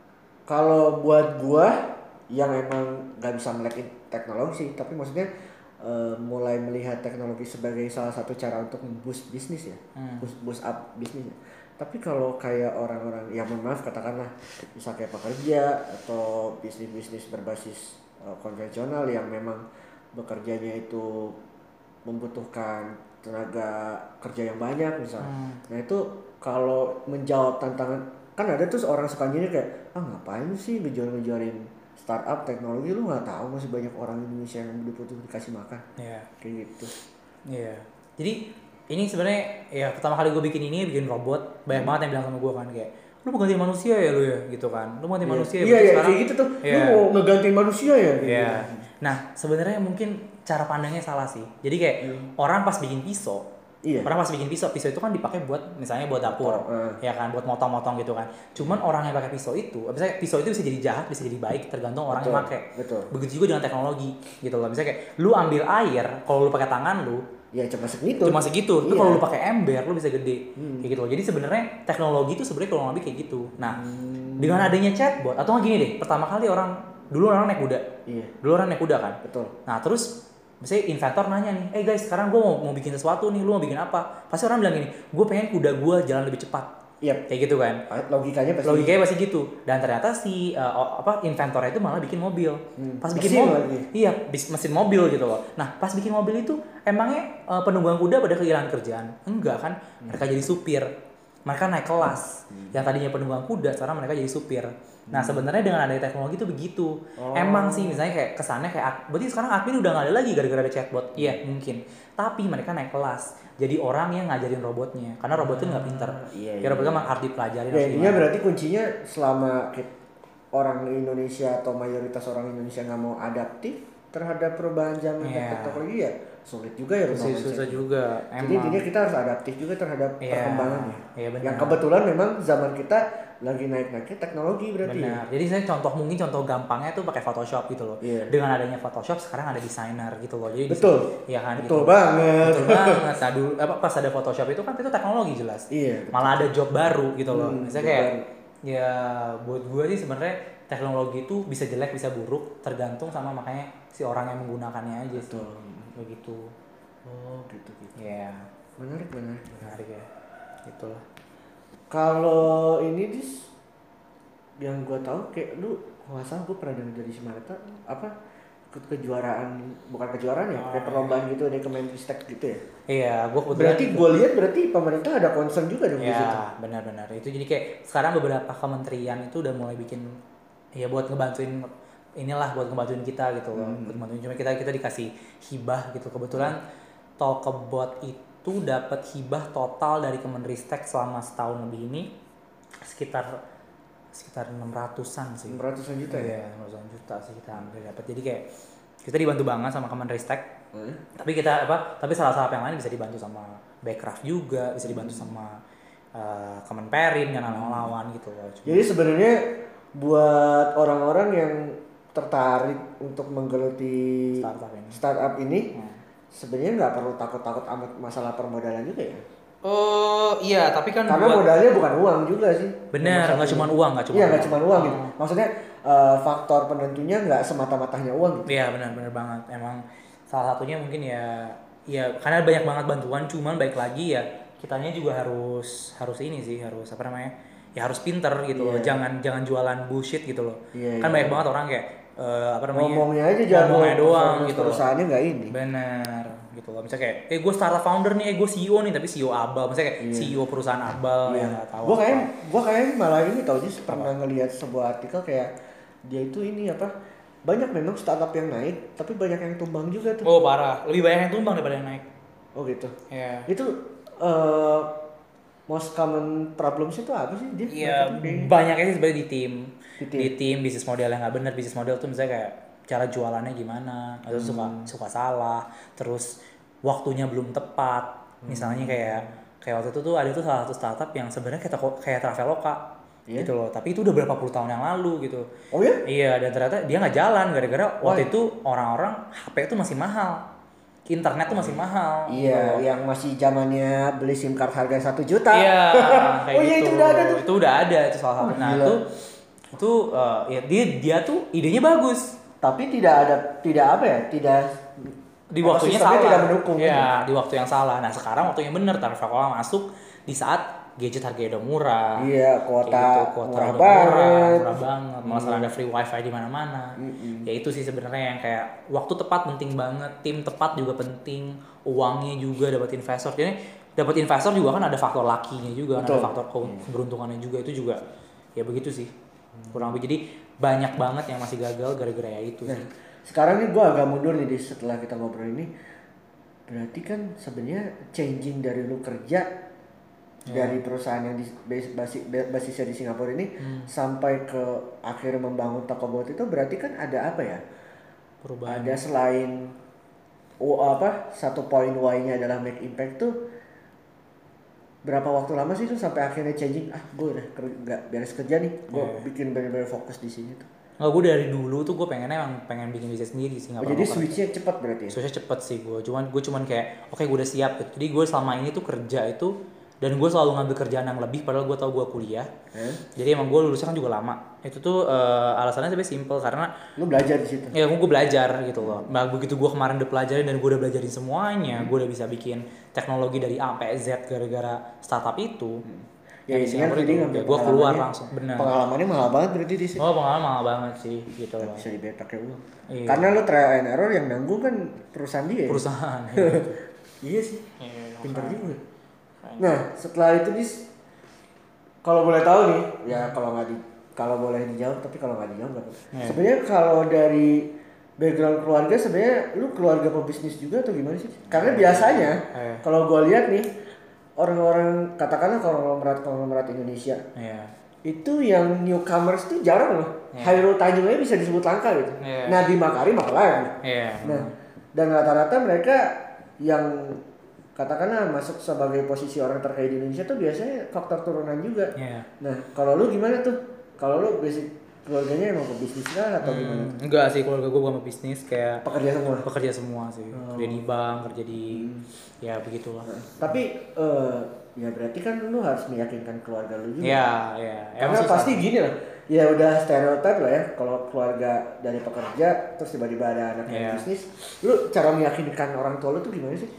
kalau buat gua yang emang nggak bisa melek teknologi sih, tapi maksudnya uh, mulai melihat teknologi sebagai salah satu cara untuk boost bisnis ya, hmm. boost, boost up bisnis. Tapi kalau kayak orang-orang yang mohon maaf katakanlah bisa kayak pekerja atau bisnis-bisnis berbasis uh, konvensional yang memang bekerjanya itu membutuhkan tenaga kerja yang banyak misalnya. Hmm. Nah itu kalau menjawab tantangan, kan ada tuh orang suka gini kayak ah ngapain sih ngejual-ngejualin startup teknologi, lu nggak tahu masih banyak orang Indonesia yang butuh dikasih makan. Iya. Yeah. Kayak gitu. Iya. Yeah. Jadi ini sebenarnya ya pertama kali gue bikin ini bikin robot, banyak hmm. banget yang bilang sama gue kan kayak lu mau ganti manusia ya lu ya gitu kan. Lu mau ganti yeah. manusia ya. Iya yeah, kayak gitu tuh. Yeah. Lu mau ngeganti manusia ya gitu. Iya. Yeah. Nah, sebenarnya mungkin cara pandangnya salah sih. Jadi kayak hmm. orang pas bikin pisau Iya. Orang pas bikin pisau, pisau itu kan dipakai buat misalnya buat dapur, uh. ya kan, buat motong-motong gitu kan. Cuman orang yang pakai pisau itu, misalnya pisau itu bisa jadi jahat, bisa jadi baik, tergantung orang betul, yang pakai. Betul. Begitu juga dengan teknologi, gitu loh. Misalnya kayak lu ambil air, kalau lu pakai tangan lu, ya cuma segitu. Cuma segitu. Iya. Tapi kalau lu pakai ember, lu bisa gede, hmm. kayak gitu loh. Jadi sebenarnya teknologi itu sebenarnya kalau lebih kayak gitu. Nah, hmm. dengan adanya chatbot, atau nggak gini deh, pertama kali orang dulu orang naik kuda, iya. dulu orang naik kuda kan. Betul. Nah terus misalnya inventor nanya nih, eh guys sekarang gue mau, mau bikin sesuatu nih, lu mau bikin apa? Pasti orang bilang gini, gue pengen kuda gue jalan lebih cepat. Iya. Yep. Kayak gitu kan. Logikanya pasti. Logikanya pasti gitu. Dan ternyata si uh, apa inventornya itu malah bikin mobil. Hmm. Pas bikin mobil, iya, mesin mobil gitu loh. Nah pas bikin mobil itu emangnya uh, penunggang kuda pada kehilangan kerjaan? Enggak kan? Mereka hmm. jadi supir. Mereka naik kelas. Hmm. Yang tadinya penunggang kuda, sekarang mereka jadi supir. Nah sebenarnya dengan adanya teknologi itu begitu. Oh. Emang sih misalnya kayak kesannya kayak berarti sekarang admin udah nggak ada lagi gara-gara ada chatbot. Iya hmm. mungkin. Tapi mereka naik kelas. Jadi orang yang ngajarin robotnya. Karena robotnya nggak pinter. Iya, iya, robotnya emang harus dipelajari. Ya intinya berarti kuncinya selama orang Indonesia atau mayoritas orang Indonesia nggak mau adaptif terhadap perubahan zaman yeah. teknologi ya sulit juga ya. Susah, susah juga. Emang. Jadi intinya kita harus adaptif juga terhadap yeah. perkembangannya. Yeah, yang kebetulan memang zaman kita lagi naik-naiknya teknologi berarti. Benar. Jadi saya contoh mungkin contoh gampangnya tuh pakai Photoshop gitu loh. Yeah. Dengan adanya Photoshop sekarang ada desainer gitu loh. Jadi betul. Iya kan. Betul gitu. banget. Betul banget. Nah, dulu apa pas ada Photoshop itu kan itu teknologi jelas. Iya. Malah ada job baru gitu loh. Hmm, Misalnya kayak baru. Ya buat gue sih sebenarnya teknologi itu bisa jelek bisa buruk tergantung sama makanya si orang yang menggunakannya aja sih. Begitu. Oh gitu gitu. Ya. Yeah. Menarik menarik. Menarik ya. Itulah. Kalau ini dis yang gue tahu kayak lu nggak salah gue pernah dengar dari Simarta apa ikut kejuaraan bukan kejuaraan ya oh, kayak perlombaan gitu dari Kemenristek gitu ya. Iya, gue berarti gue lihat berarti pemerintah ada concern juga dong di situ. Iya, benar-benar. Itu jadi kayak sekarang beberapa kementerian itu udah mulai bikin ya buat ngebantuin inilah buat ngebantuin kita gitu loh. Hmm. Buat ngebantuin cuma kita kita dikasih hibah gitu. Kebetulan hmm. Talkabot itu dapat hibah total dari Kemenristek selama setahun lebih ini sekitar sekitar enam ratusan sih. enam ratusan juta ya? Iya, enam ratusan juta sih kita ambil dapat. Jadi kayak kita dibantu banget sama Kemenristek. Hmm. Tapi kita apa? Tapi salah satu yang lain bisa dibantu sama Backcraft juga, bisa dibantu hmm. sama uh, Kemenperin dan lawan-lawan gitu loh. Cuma jadi sebenarnya buat orang-orang yang tertarik untuk menggeluti startup ini, startup ini hmm. sebenarnya nggak perlu takut-takut amat masalah permodalan juga ya? Oh iya, tapi kan karena buat, modalnya bukan uang juga sih. Bener, nggak cuma uang, nggak cuma. Iya, nggak cuma uang gitu. Maksudnya uh, faktor penentunya nggak semata-matanya uang gitu. Iya, benar-benar banget. Emang salah satunya mungkin ya, ya karena banyak banget bantuan. Cuman baik lagi ya, kitanya juga harus harus ini sih, harus apa namanya? ya harus pinter gitu loh. Iya. Jangan jangan jualan bullshit gitu loh. Iya, Kan iya. banyak banget orang kayak eh, apa namanya? Ngomongnya aja jangan ngomongnya doang performance gitu loh. perusahaannya nggak ini. Bener gitu loh. Misalnya kayak, eh gue startup founder nih, eh gue C E O nih, tapi C E O abal. Misalnya kayak Iya. C E O perusahaan abal Iya. yang nggak tahu. Gue kayak apa. gue kayak malah ini tau sih pernah ngelihat sebuah artikel kayak dia itu ini apa banyak memang startup yang naik tapi banyak yang tumbang juga tuh. Oh parah, lebih banyak yang tumbang daripada yang naik. Oh gitu. Iya. Itu eh most common problems itu apa sih dia? Iya, Mereka tuh kayak- banyaknya sih sebenarnya di tim. Di tim. Di tim bisnis model yang nggak benar, bisnis model tuh misalnya kayak cara jualannya gimana, atau suka Hmm. suka salah, terus waktunya belum tepat. Misalnya Hmm. kayak kayak waktu itu tuh ada tuh salah satu startup yang sebenarnya kayak toko- kayak Traveloka. Iya. Gitu loh, tapi itu udah berapa puluh tahun yang lalu gitu. Oh ya? Iya, dan ternyata dia nggak jalan gara-gara waktu itu orang-orang H P itu masih mahal, internet tuh masih mahal. gitu Iya, loh. yang masih zamannya beli SIM card harga satu juta. Iya, kayak Oh iya, gitu. itu udah ada tuh. Itu udah ada itu salah satu. Oh, Nah, gila. itu itu eh, ya dia dia tuh idenya bagus. Tapi tidak ada tidak apa ya? Tidak Di apa, waktunya sistemnya salah. tidak mendukung. Iya, di waktu yang salah. Nah, sekarang waktunya bener Traveloka masuk di saat gadget harganya udah murah. Iya, kuota Kayak gitu, kuota murah udah banget. murah, murah banget. Malah sekarang ada free wifi di mana-mana. Mm-mm. Ya itu sih sebenarnya yang kayak waktu tepat penting banget, tim tepat juga penting, uangnya juga dapat investor. Jadi dapat investor juga kan ada faktor lakinya juga, kan Betul. ada faktor ke- keberuntungannya juga itu juga. Ya begitu sih. Kurang lebih jadi banyak banget yang masih gagal gara-gara ya itu Nah, sih. sekarang nih gue agak mundur nih Dis, setelah kita ngobrol ini. Berarti kan sebenarnya changing dari lu kerja dari perusahaan yang di base, basi, basisnya di Singapura ini Hmm. sampai ke akhirnya membangun Tokobot itu berarti kan ada apa ya? Perubahan. Ada selain oh, apa satu poin Y-nya adalah make impact tuh berapa waktu lama sih tuh sampai akhirnya changing ah gue udah ker- nggak beres kerja nih gue Iya. bikin bener-bener fokus di sini tuh. Nggak, gue dari dulu tuh gue pengennya emang pengen bikin bisnis sendiri sih, nggak Oh, pernah jadi mau kerja. switchnya cepat berarti ya? Switchnya cepet sih gue, cuman gue cuman kayak oke gue udah siap gitu. Jadi gue selama ini tuh kerja itu dan gue selalu ngambil kerjaan yang lebih padahal gue tau gue kuliah. Eh? Jadi emang gue lulusnya kan juga lama. Itu tuh eh, alasannya sebenarnya simple karena Lu belajar di situ. ya gue belajar gitu loh. Nah, begitu gue kemarin udah pelajarin dan gue udah belajarin semuanya, gue udah bisa bikin teknologi dari A sampai Z gara-gara startup itu. Ya Di intinya Singapura jadi itu, ngambil ya gue keluar pengalamannya- langsung, benar. Pengalamannya mahal banget berarti di sini. Oh pengalaman mahal banget sih gitu loh. Bisa dibayar pakai uang. Iya. Karena lu trial and error yang nanggung kan perusahaan dia. ya? Perusahaan. gitu. Iya sih. Iya, Pintar makanya. juga. Nah, setelah itu dis kalau boleh tahu nih, ya kalau nggak di kalau boleh dijawab tapi kalau nggak dijawab nggak apa-apa. Iya. Sebenarnya kalau dari background keluarga sebenarnya lu keluarga pebisnis juga atau gimana sih? Karena biasanya Iya. kalau gua lihat nih orang-orang katakanlah konglomerat konglomerat Indonesia Iya. itu yang newcomers tuh jarang loh. Iya. Hairul Tanjung aja bisa disebut langka gitu. Iya. Nadiem Makarim apalagi. Iya. Nah, dan rata-rata mereka yang katakanlah masuk sebagai posisi orang terkaya di Indonesia tuh biasanya faktor turunan juga. Iya. Nah, kalau lu gimana tuh? Kalau lu basic keluarganya emang pebisnis kah atau gimana? Hmm, enggak sih, keluarga gue bukan bisnis, kayak Pekerja semua. pekerja semua sih. Kerja di bank, kerja di ya begitulah. Nah, tapi eh, ya berarti kan lu harus meyakinkan keluarga lu juga. Iya, iya. Emang Karena susah. pasti gini lah. Ya udah stereotip lah ya kalau keluarga dari pekerja terus tiba-tiba ada anak yang Iya. bisnis. Lu cara meyakinkan orang tua lu tuh gimana sih?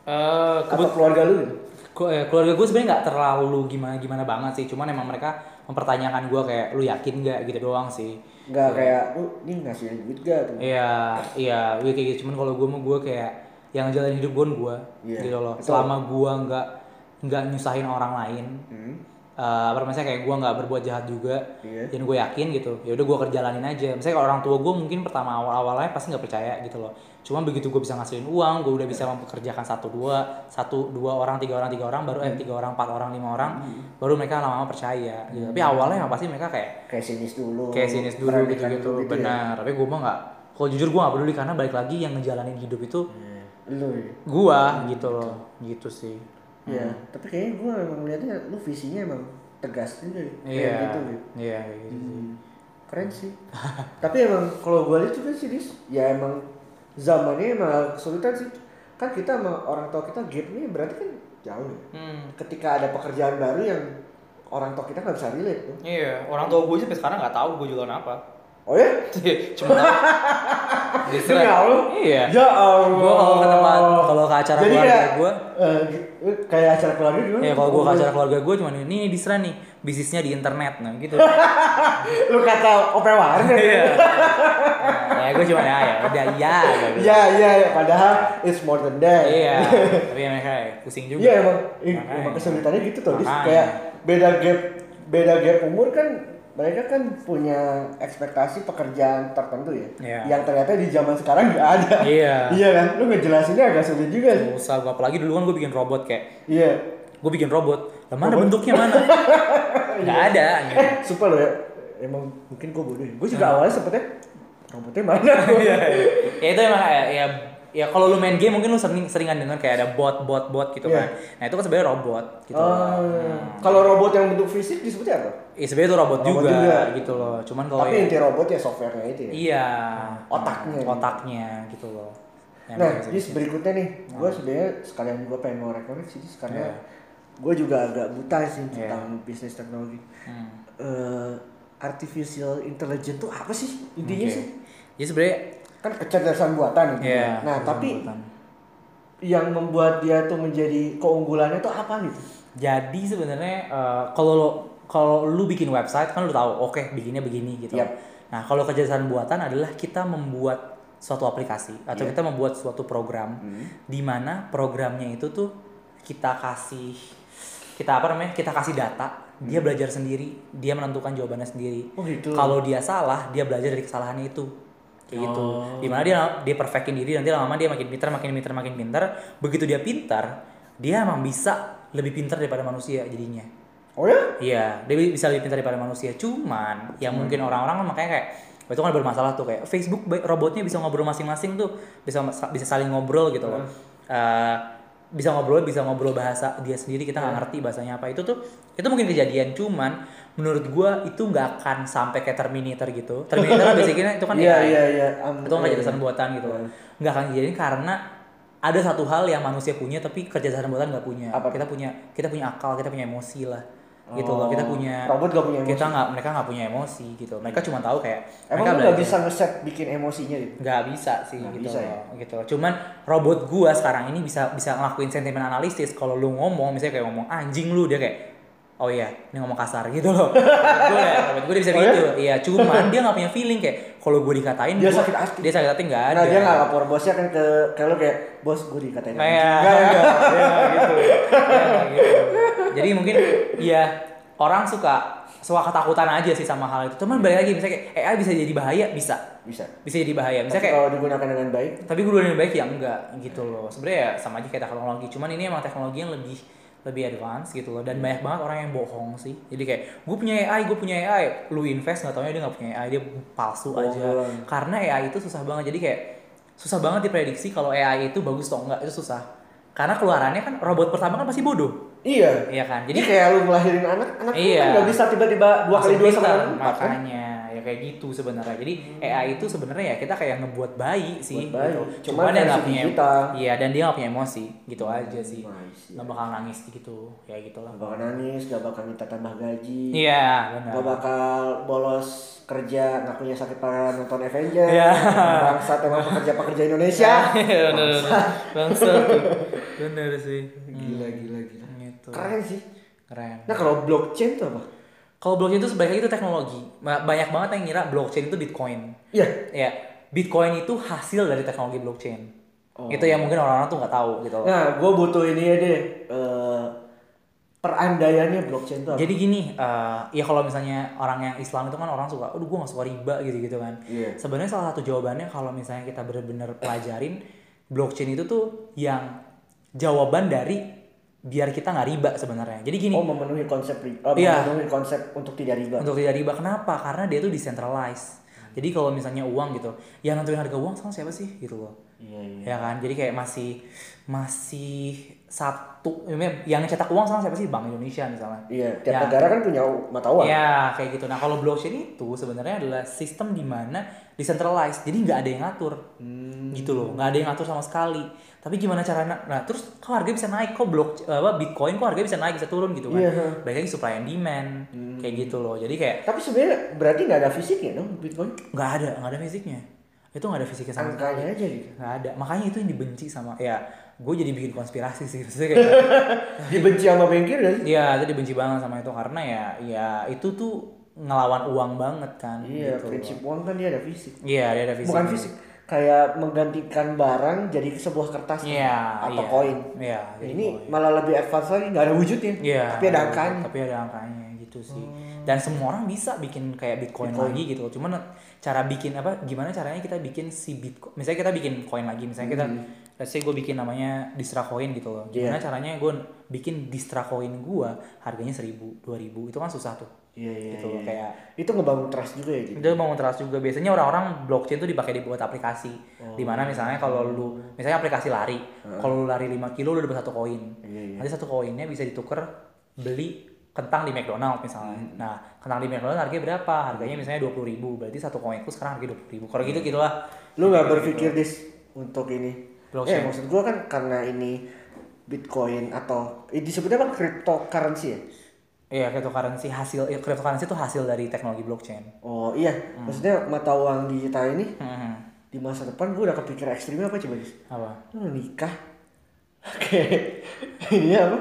Eh, Atau kebut- keluarga lu gitu? Ku- eh, keluarga gue sebenarnya nggak terlalu gimana gimana banget sih, cuman emang mereka mempertanyakan gue kayak lu yakin nggak gitu doang sih. Nggak kayak lu ini ngasih duit gak tuh? Iya, iya, gue kayak gitu. Cuman kalau gue mau gue kayak yang jalanin hidup gue gue, Iya, gitu loh. betul. Selama gue nggak nggak nyusahin orang lain, Hmm. eh apa namanya kayak gue nggak berbuat jahat juga, Iya. dan gue yakin gitu. Ya udah gue kerjalanin aja. Misalnya kalau orang tua gue mungkin pertama awal-awalnya pasti nggak percaya gitu loh. Cuma begitu gue bisa ngasilin uang, gue udah bisa mempekerjakan satu dua, satu dua orang, tiga orang, tiga orang, baru eh tiga orang, empat orang, lima orang, baru mereka lama-lama percaya. Gitu. Tapi awalnya emang pasti mereka kayak Kayak sinis dulu. kayak sinis dulu meremehkan gitu-gitu, dulu ya. benar. Tapi gue mah nggak, kalau jujur gue nggak peduli karena balik lagi yang ngejalanin hidup itu Lu ya. gue gitu loh, gitu sih. Iya, tapi kayaknya gue emang lihatnya lu visinya emang tegas juga ya. Kayak Iya, gitu ya. iya kayak gitu sih. Hmm, keren sih. Tapi emang kalau gue lihat juga sih Dis, ya emang zamannya emang kesulitan sih. Kan kita sama orang tua kita gapnya berarti kan jauh ya. Hmm. Ketika ada pekerjaan baru yang orang tua kita nggak bisa relate tuh. Iya, orang tua gue sampai sekarang nggak tahu gue jualan apa. Oh ya? Cuma Distra. Ya Allah. Iya. Ya Allah. Gue kalau ke tempat, kalau ke acara Jadi keluarga kayak, gue, eh, kayak acara keluarga gimana? ya kalau gue ke Oh, acara keluarga gue cuma ini Distra nih, bisnisnya di internet, nah gitu. Lu kata O P Warnet. Iya. Nah, ya gue cuma ya, ya udah iya. Iya iya iya. Padahal it's more than that. Iya. Tapi mereka pusing juga. Iya emang, ih, Makanya. emang kesulitannya gitu tuh. Dis. Makanya. Kayak beda gap, beda gap umur kan. Mereka kan punya ekspektasi pekerjaan tertentu ya, Iya. yang ternyata di zaman sekarang nggak ada. Iya. Iya kan, lu ngejelasinnya agak sulit juga sih. Usah gue apalagi dulu kan gue bikin robot kayak, Iya. gue bikin robot, lah mana bentuknya mana? Nggak ada. Gitu. Eh, sumpah lo ya, emang mungkin gue bodoh. Gue juga awalnya sempetnya robotnya mana? Iya. Ya itu emang ya, ya, ya kalau lu main game mungkin lu sering seringan dengar kayak ada bot bot bot gitu Iya. kan. Nah itu kan sebenarnya robot gitu. Oh, Hmm. kalau robot yang bentuk fisik disebutnya apa? Ya sebenarnya itu robot, Robot juga, juga. gitu loh. Cuman kalau Tapi ya, inti robot ya softwarenya itu ya. iya, Otaknya. otaknya gitu loh. Yang Nah, bisa- Dis berikutnya nih, gue sebenarnya sekalian gue pengen ngorek-ngorek sih, Dis, karena Iya. gue juga agak buta sih Iya. tentang bisnis teknologi. Hmm. Eh, artificial intelligence tuh apa sih intinya Oke. sih? Jadi sebenarnya Kan kecerdasan buatan gitu. Iya, Nah, kecerdasan tapi buatan. yang membuat dia tuh menjadi keunggulannya tuh apa gitu? jadi sebenarnya eh, kalau lo kalau lu bikin website kan lu tahu oke bikinnya begini gitu. Yap. Nah, kalau kecerdasan buatan adalah kita membuat suatu aplikasi atau Iya. kita membuat suatu program Hmm. di mana programnya itu tuh kita kasih kita apa namanya? Kita kasih data, dia belajar sendiri, dia menentukan jawabannya sendiri. Oh gitu. Kalau dia salah, dia belajar dari kesalahannya itu. Kayak gitu. Oh. Dimana dia dia perfectin diri, nanti lama-lama dia makin pintar, makin pintar, makin pintar. Begitu dia pintar, dia emang bisa lebih pintar daripada manusia jadinya. Oh ya? Iya, dia bisa lebih pintar daripada manusia. Cuman, yang mungkin orang-orang kan makanya kayak itu kan bermasalah tuh kayak Facebook robotnya bisa ngobrol masing-masing tuh, bisa bisa saling ngobrol gitu loh. Eh, bisa ngobrol, bisa ngobrol bahasa dia sendiri, kita nggak ngerti bahasanya apa. Itu tuh itu mungkin kejadian, cuman menurut gua itu nggak akan sampai kayak Terminator gitu. Terminator kan basicnya itu kan Iya A I. iya iya. Um, Itu kan iya, kecerdasan iya. buatan gitu loh. Nggak akan kejadian karena ada satu hal yang manusia punya tapi kecerdasan buatan nggak punya. Apa? Kita punya kita punya akal, kita punya emosi lah. Gitu loh. Kita Oh, punya robot gak punya emosi. kita nggak mereka nggak punya emosi gitu. Mereka cuma tahu kayak Emang mereka lu gak belajar. bisa nge-set bikin emosinya gitu? Nggak bisa sih Nggak gitu bisa loh, gitu. Cuman robot gua sekarang ini bisa bisa ngelakuin sentimen analisis. Kalau lu ngomong misalnya kayak ngomong anjing lu, dia kayak oh iya, ini ngomong kasar gitu loh. Gue ya, robot gue dia bisa Oh gitu. ya? Iya, cuman dia nggak punya feeling kayak kalau gue dikatain Dia gua- sakit hati. Dia sakit hati nggak ada. Nah dia gak lapor bosnya kan ke ke lu kayak bos gue dikatain Nah, anjing." ya. Enggak enggak. Ya, gitu. Ya, gitu. Jadi mungkin ya orang suka suka ketakutan aja sih sama hal itu. Cuman balik lagi misalnya kayak A I bisa jadi bahaya, bisa. Bisa. Bisa jadi bahaya. Misalnya Tapi kayak kalau digunakan dengan baik, tapi gue yang baik ya enggak gitu loh. Sebenarnya ya sama aja kayak teknologi. Cuman ini emang teknologi yang lebih lebih advance gitu loh. Dan banyak banget orang yang bohong sih. Jadi kayak gue punya A I, gue punya A I. Lu invest nggak taunya dia nggak punya A I, dia palsu Oh. aja. Karena A I itu susah banget. Jadi kayak susah banget diprediksi kalau A I itu bagus atau enggak, itu susah. Karena keluarannya kan robot pertama kan pasti bodoh. iya. Iya kan? Jadi Jadi kayak lu ngelahirin anak, anak Iya. kan gak bisa tiba-tiba dua kali langsung dua sama pintar, dengan empat kan? makanya ya kayak gitu sebenarnya. Jadi A I itu sebenarnya ya kita kayak ngebuat bayi sih Buat bayi. gitu. Cuman dia nggak versi punya digital. iya dan dia nggak punya emosi gitu aja sih. Nice, ya. Nggak bakal nangis gitu ya gitulah. Gak bakal nangis, gak bakal minta tambah gaji, Iya benar. gak bakal bolos kerja ngakunya sakit parah nonton Avenger. Iya. Bangsat emang pekerja-pekerja Indonesia. Iya benar. Bangsa tuh. Bener sih. Gila gila gila. Gitu. Keren sih. Keren. Nah kalau blockchain tuh apa? Kalau blockchain itu sebaiknya itu teknologi. Ba- Banyak banget yang ngira blockchain itu Bitcoin. Iya. Ya, Bitcoin itu hasil dari teknologi blockchain. Oh. Itu yang mungkin orang-orang tuh nggak tahu gitu loh. Nah gue butuh ini ya deh. eh, perandaiannya blockchain tuh apa? Jadi gini, eh, ya kalau misalnya orang yang Islam itu kan orang suka, aduh gue gak suka riba gitu-gitu kan. Iya. Sebenarnya salah satu jawabannya kalau misalnya kita benar-benar pelajarin blockchain itu tuh yang jawaban dari biar kita nggak riba sebenarnya. Jadi gini, Oh memenuhi konsep ri- oh, Iya. memenuhi konsep untuk tidak riba. untuk tidak riba kenapa? Karena dia tuh decentralized. Jadi kalau misalnya uang gitu, yang nentuin harga uang sama siapa sih gitu loh. Iya iya. Ya kan, jadi kayak masih masih satu yang cetak uang sama siapa sih? Bank Indonesia misalnya. Iya. Tiap Ya. negara kan punya mata uang. Ya kayak gitu. Nah kalau blockchain itu sebenarnya adalah sistem di mana decentralized, jadi nggak ada yang ngatur, Hmm. gitu loh, nggak ada yang ngatur sama sekali. Tapi gimana caranya? Nah terus kok harga bisa naik? Kok blok apa Bitcoin kok harga bisa naik bisa turun gitu kan? Iya. Baik lagi supply and demand. Hmm. kayak gitu loh. Jadi kayak Tapi sebenarnya berarti nggak ada fisiknya dong Bitcoin? nggak ada nggak ada fisiknya, itu nggak ada fisiknya sama sekali. Angkanya aja gitu. Nggak ada, makanya itu yang dibenci sama ya gue jadi bikin konspirasi sih maksudnya kayak Dibenci sama bankir kan? iya itu dibenci banget sama itu karena ya ya itu tuh ngelawan uang banget kan. Iya, gitu prinsip loh. uang kan dia ada fisik. Iya dia ada fisik. Bukan fisik, kayak menggantikan barang jadi sebuah kertas kan? Iya Atau iya. koin. Iya jadi Ini koin. malah lebih advance lagi, nggak ada wujudnya. Iya. Tapi ada angkanya. Tapi ada angkanya gitu sih. Dan semua orang bisa bikin kayak Bitcoin, Bitcoin. lagi gitu. Cuman cara bikin apa? Gimana caranya kita bikin si Bitcoin? Misalnya kita bikin koin lagi. Misalnya kita, let's say gue bikin namanya Distra Coin gitu loh. Gimana Iya. caranya gue bikin Distra Coin gue harganya seribu, dua ribu. Itu kan susah tuh. Iya iya. Gitu loh iya. kayak. Itu ngebangun trust juga ya gitu. Itu mau trust juga. Biasanya orang-orang blockchain tuh dipakai dibuat aplikasi. Oh. Dimana misalnya kalau lu, misalnya aplikasi lari. Kalau lu lari lima kilo lu dapat satu koin. Iya iya. Nanti satu koinnya bisa ditukar beli kentang di McDonald misalnya. Hmm. Nah, kentang di McDonald harganya berapa? Harganya misalnya dua puluh ribu. Berarti satu koinku sekarang harganya dua puluh ribu. Kalau gitu gitulah. Lu nggak berpikir dis untuk ini? Blockchain. Eh maksud gua kan karena ini Bitcoin atau eh, disebutnya apa cryptocurrency ya? Iya, cryptocurrency hasil ya, cryptocurrency itu hasil dari teknologi blockchain. Oh iya, maksudnya mata uang digital ini Hmm. di masa depan gua udah kepikir ekstrimnya apa coba dis? Apa? Lu nikah? Oke, ini apa?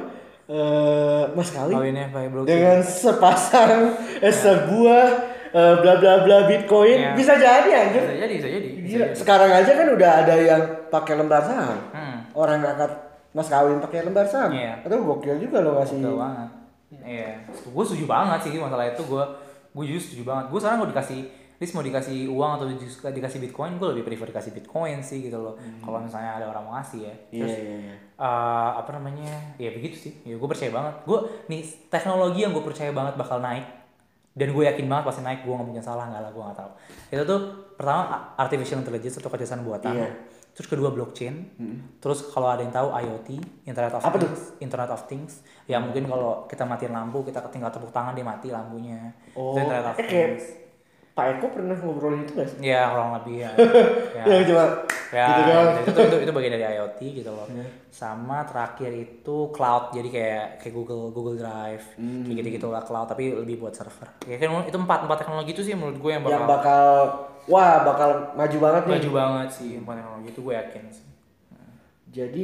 Eh mas kawin Kawinnya pakai blockchain. dengan sepasang eh, sebuah eh, bla bla bla Bitcoin Iya. bisa jadi anjir. Bisa jadi, bisa jadi. Bisa Gila, jadi. sekarang aja kan udah ada yang pakai lembar saham. Hmm. Orang ngangkat mas kawin pakai lembar saham. Iya. Atau gokil juga lo ngasih. Betul banget. Iya. Gue setuju banget sih masalah itu. Gue gue justru setuju banget. Gue sekarang gue dikasih Lis mau dikasih uang atau justru dikasih Bitcoin, gue lebih prefer dikasih Bitcoin sih gitu loh. Kalau misalnya ada orang mau ngasih ya. Iya Terus iya iya. eh, apa namanya? Ya begitu sih. Ya gue percaya banget. Gue nih teknologi yang gue percaya banget bakal naik. Dan gue yakin banget pasti naik. Gue nggak mungkin salah, nggak lah, gue nggak tahu. Itu tuh pertama artificial intelligence atau kecerdasan buatan. Iya. Terus kedua blockchain. Terus kalau ada yang tahu I O T, Internet of Apa tuh? Things, Internet of Things. Ya mungkin kalau kita matiin lampu, kita tinggal tepuk tangan dia mati lampunya. Oh, Itu Internet of eh kayak Things. Pak Eko pernah ngobrolin itu gak sih? Ya kurang lebih ya. ya. Ya coba. Ya, gitu doang. itu, itu, itu, itu bagian dari I O T gitu loh. Sama terakhir itu cloud, jadi kayak kayak Google Google Drive, kayak gitu-gitu lah cloud, tapi lebih buat server. Ya kan itu empat empat teknologi itu sih menurut gue yang bakal, Yang bakal wah bakal maju banget nih. maju banget sih empat teknologi itu gue yakin sih. Jadi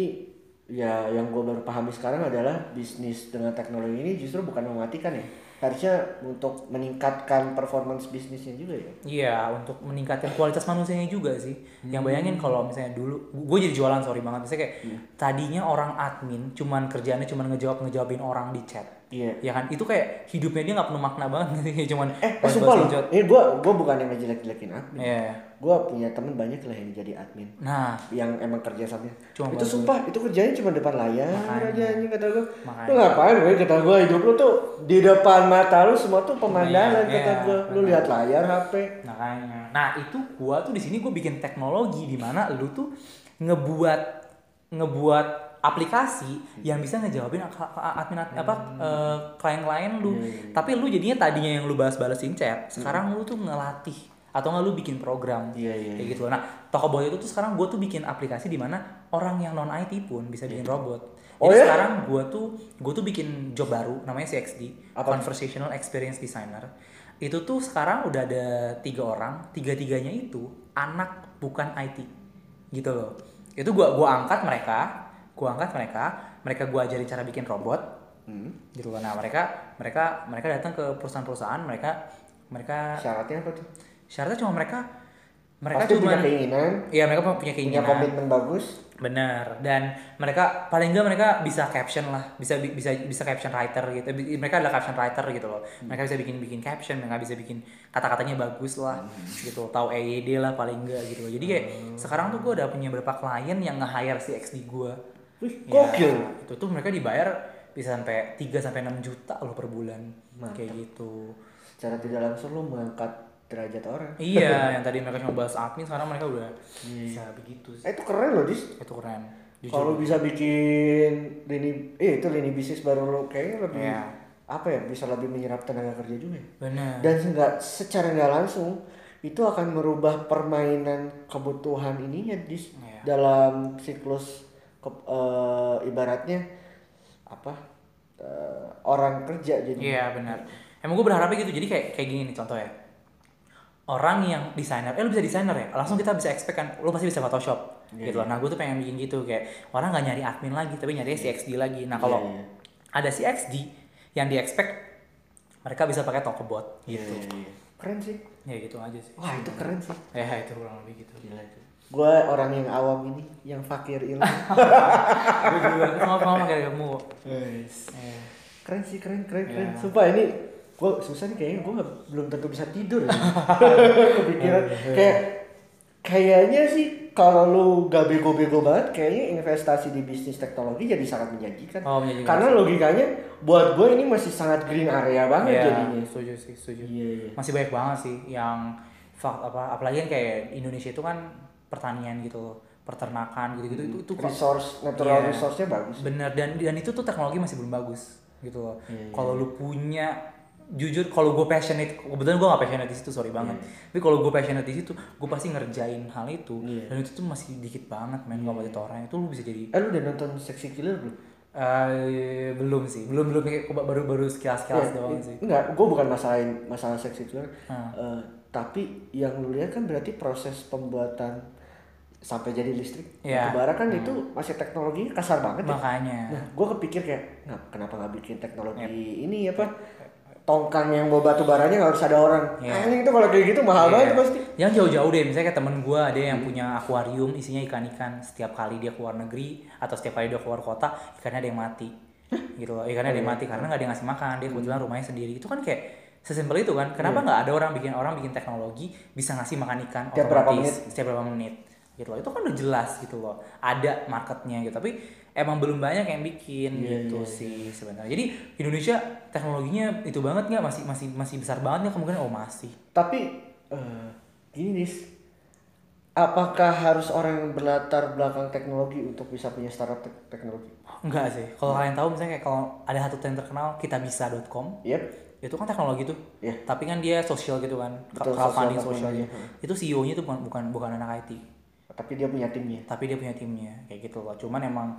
ya yang gue baru pahami sekarang adalah bisnis dengan teknologi ini justru bukan mematikan ya. Harusnya untuk meningkatkan performance bisnisnya juga ya. Iya, untuk meningkatkan kualitas manusianya juga sih. Yang bayangin kalau misalnya dulu, gue jadi jualan sorry banget, misalnya kayak tadinya orang admin cuman kerjaannya cuman ngejawab ngejawabin orang di chat. Iya. Ya kan, itu kayak hidupnya dia nggak penuh makna banget gitu, cuman Eh, eh balas-balas sumpah loh. ngejawab. Ini gue gue bukan yang ngejelek-jelekin admin. Iya. Gue punya temen banyak lah yang jadi admin. Nah, Yang emang kerja sambil. Cuma itu bantu. sumpah itu kerjanya cuma depan layar Makanya. aja anjing kata gue. Makanya. Lu ngapain gue kata gue hidup lu tuh di depan mata lu semua tuh pemandangan Iya, kata iya, gue. Lu benar. lihat layar H P. makanya. Nah, itu gua tuh di sini gua bikin teknologi di mana lu tuh ngebuat ngebuat aplikasi yang bisa ngejawabin ak- ak- admin ad- apa eh, klien-klien lu. Tapi lu jadinya tadinya yang lu balas-balasin chat, sekarang lu tuh ngelatih atau nggak lu bikin program. Iya, iya, Kayak gitu. Nah, Tokoboy itu tuh sekarang gua tuh bikin aplikasi di mana orang yang non I T pun bisa bikin robot. Oh Jadi ya? sekarang gua tuh gua tuh bikin job baru namanya C X D, Apa? Conversational Experience Designer. Itu tuh sekarang udah ada tiga orang, tiga-tiganya itu anak bukan I T, gitu loh. Itu gua gua angkat mereka, gua angkat mereka, mereka gua ajarin cara bikin robot, gitu loh. Nah mereka mereka mereka datang ke perusahaan-perusahaan, mereka mereka Syaratnya apa tuh? syaratnya cuma mereka mereka Pasti cuma punya keinginan, iya mereka punya punya keinginan, komitmen bagus. benar, dan mereka paling enggak mereka bisa caption lah, bisa bisa bisa caption writer gitu. Bi- mereka adalah caption writer gitu loh, mereka bisa bikin bikin caption, mereka bisa bikin kata-katanya bagus lah gitu, tahu E Y D lah paling enggak gitu loh. Jadi kayak sekarang tuh gue udah punya beberapa klien yang nge-hire si X D gue. Wih, Ya, gokil. itu tuh mereka dibayar bisa sampai tiga sampai enam juta loh per bulan. Kayak gitu. Secara tidak langsung lu mengangkat derajat orang. Iya, yang tadi mereka cuma bahas admin, sekarang mereka udah bisa begitu sih. Eh, itu keren loh, Dis. Itu keren. Jujur. Kalau bisa bikin lini eh itu lini bisnis baru lo kayaknya lebih Iya. apa ya, bisa lebih menyerap tenaga kerja juga ya. Benar. Dan enggak secara nggak langsung itu akan merubah permainan kebutuhan ininya Dis Iya. dalam siklus ke- eh, ibaratnya apa eh, orang kerja jadi. Iya benar. Emang gue berharapnya gitu. Jadi kayak kayak gini nih contoh ya. Orang yang desainer, eh lu bisa desainer ya, langsung kita bisa expect kan, lu pasti bisa Photoshop yeah, gitu loh. Nah gue tuh pengen bikin gitu, kayak orang nggak nyari admin lagi, tapi nyari si X D lagi. Nah kalau yeah, yeah. ada si X D yang di expect, mereka bisa pakai Talkabot gitu. Yeah, yeah, yeah. Keren sih. Ya gitu aja sih. Wah itu keren sih. Ya itu kurang lebih gitu. Gila itu. Gue orang yang awam ini, yang fakir ilmu. Gue juga sama-sama kayak kamu. Yes. Yeah. Keren sih, keren, keren, keren. Yeah. Sumpah ini gue susah nih kayaknya gue belum tentu bisa tidur ya. Kepikiran kayak kayaknya sih kalau lu gak bego-bego banget kayaknya investasi di bisnis teknologi jadi sangat menjanjikan. Oh, menjanjikan. Karena logikanya buat gue ini masih sangat green area banget yeah, jadinya. Setuju sih, setuju. Yeah, yeah. Masih banyak banget sih yang fak, apa apalagi kan kayak Indonesia itu kan pertanian gitu, peternakan gitu-gitu itu itu resource natural yeah, resource-nya bagus. Bener, dan dan itu tuh teknologi masih belum bagus gitu loh. Yeah, kalau yeah. lu punya, jujur kalau gue passionate, kebetulan gue gak passionate di situ, sorry banget. Yeah. Tapi kalau gue passionate di situ, gue pasti ngerjain hal itu. Yeah. Dan itu tuh masih dikit banget main yeah. Kalau orang itu lu bisa jadi. Eh lu udah nonton Sexy Killer belum? Uh, belum sih, belum belum kayak baru baru sekilas sekilas yeah, doang sih. Enggak, gue bukan masalahin masalah Sexy Killer. Hmm. Uh, tapi yang lu lihat kan berarti proses pembuatan sampai jadi listrik yeah. batubara kan hmm. itu masih teknologi kasar banget ya. Makanya. Nah, gue kepikir kayak, nah, kenapa nggak bikin teknologi yep. ini apa? Tongkang yang bawa batu baranya nggak harus ada orang. Yeah. Anjing itu kalau kayak gitu mahal yeah. banget pasti. Yang jauh-jauh deh, misalnya kayak temen gue ada yang hmm. punya akuarium isinya ikan-ikan. Setiap kali dia keluar negeri atau setiap kali dia keluar kota, ikannya ada yang mati. Gitu loh, ikannya ada yang mati karena nggak ada yang ngasih makan. Dia kebetulan rumahnya sendiri. Itu kan kayak sesimpel itu kan. Kenapa nggak yeah. ada orang bikin orang bikin teknologi bisa ngasih makan ikan setiap berapa menit? Setiap berapa menit. Gitu loh. Itu kan udah jelas gitu loh. Ada marketnya gitu. Tapi emang belum banyak yang bikin yeah, gitu yeah, sih yeah. sebenarnya. Jadi Indonesia teknologinya itu banget nggak, masih masih masih besar banget nggak kemungkinan? Oh masih. Tapi uh, gini nih, apakah harus orang yang berlatar belakang teknologi untuk bisa punya startup te- teknologi? Enggak sih. Kalau hmm. kalian tahu misalnya kayak kalau ada satu yang terkenal kitabisa dot com. Yep. Itu kan teknologi tuh. Yeah. Tapi kan dia sosial gitu kan. Crowdfunding sosialnya. Itu C E O-nya tuh bukan bukan bukan anak I T. Tapi dia punya timnya. Tapi dia punya timnya kayak gitu loh. Cuman emang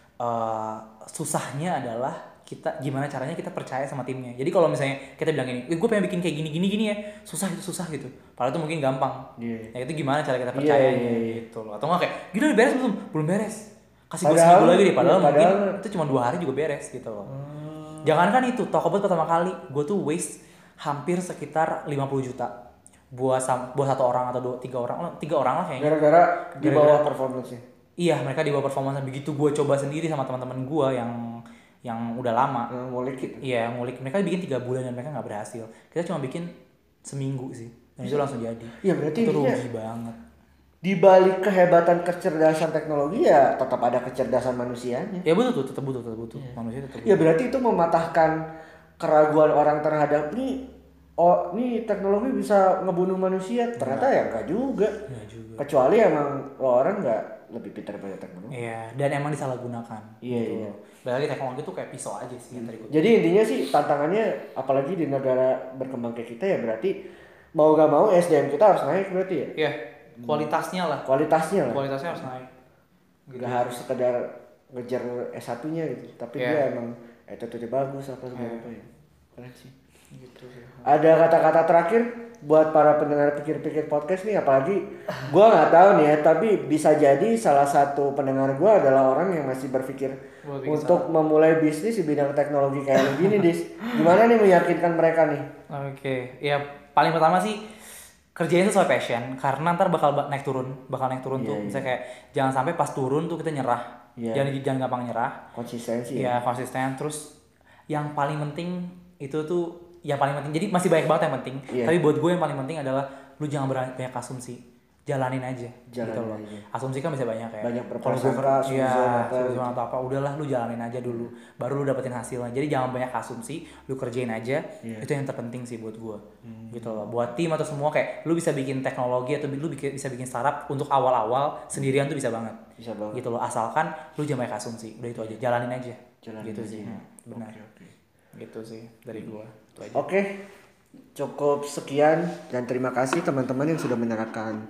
uh, susahnya adalah kita gimana caranya kita percaya sama timnya. Jadi kalau misalnya kita bilang ini, eh, gue pengen bikin kayak gini gini gini ya, susah itu susah gitu. Padahal itu mungkin gampang. Yeah. Ya itu gimana cara kita percaya yeah, yeah, yeah. gitu loh. Atau nggak kayak, gini udah beres belum? Belum beres. Kasih gue seminggu lagi deh. Padahal, iya, padahal mungkin itu cuma dua hari juga beres gitu loh. Hmm. Jangankan itu, Talkabot pertama kali gue tuh waste hampir sekitar lima puluh juta. buat sam- buat satu orang atau dua tiga orang tiga orang lah kayaknya gara-gara di bawah performance-nya. Iya, mereka di bawah performance. Begitu gue coba sendiri sama teman-teman gue yang yang udah lama yang ngulik gitu. Iya, ngulik. Mereka bikin tiga bulan dan mereka nggak berhasil. Kita cuma bikin seminggu sih dan itu langsung jadi. Iya, berarti itu rugi banget. Di balik kehebatan kecerdasan teknologi ya tetap ada kecerdasan manusianya. Ya betul tuh, tetap butuh, tetap butuh. Yeah. Manusia tetap butuh. Ya berarti itu mematahkan keraguan orang terhadap nih. Oh, nih teknologi bisa ngebunuh manusia. Ternyata nah. ya enggak juga. Enggak juga. Kecuali emang orang enggak lebih pintar daripada teknologi. Iya, dan emang disalahgunakan. Iya, gitu. Iya. Berarti teknologi itu kayak pisau aja sih. Hmm. Jadi intinya sih tantangannya apalagi di negara berkembang kayak kita ya berarti mau gak mau S D M kita harus naik berarti ya. Iya, kualitasnya lah. Kualitasnya lah. Kualitasnya harus naik. Gitu. Gak harus sekedar ngejar S satu-nya gitu. Tapi yeah. dia emang attitude-nya bagus apa segala yeah. apa ya. Keren sih. Gitu sih. Ada kata-kata terakhir buat para pendengar pikir-pikir podcast nih, apalagi gue nggak tahu nih ya, tapi bisa jadi salah satu pendengar gue adalah orang yang masih berpikir untuk salah. memulai bisnis di bidang teknologi kayak begini, Dis. Gimana nih meyakinkan mereka nih? Oke, okay. Ya paling pertama sih kerjain sesuai passion, karena ntar bakal naik turun, bakal naik turun yeah, tuh. Yeah. Misalnya kayak jangan sampai pas turun tuh kita nyerah, yeah. jangan jangan gampang nyerah. Konsistensi. Ya, ya konsisten. Terus yang paling penting itu tuh yang paling penting, jadi masih banyak banget yang penting, yeah. tapi buat gue yang paling penting adalah lu jangan banyak asumsi, jalanin aja. Jalanin gitu loh. Aja. Asumsi kan bisa banyak ya. Banyak berprasangka, ya, suzon atau apa, udahlah lu jalanin aja dulu, baru lu dapetin hasilnya. Jadi jangan banyak asumsi, lu kerjain aja, yeah. itu yang terpenting sih buat gue. Hmm. Gitu loh. Buat tim atau semua kayak lu bisa bikin teknologi atau lu bisa bikin startup untuk awal-awal sendirian tuh bisa banget. Bisa banget. Gitu loh, asalkan lu jangan banyak asumsi, udah itu aja, jalanin aja. Jalanin gitu aja. sih. Hmm, benar. Okay, okay. Gitu sih dari gua. Oke, okay. Cukup sekian dan terima kasih teman-teman yang sudah mendengarkan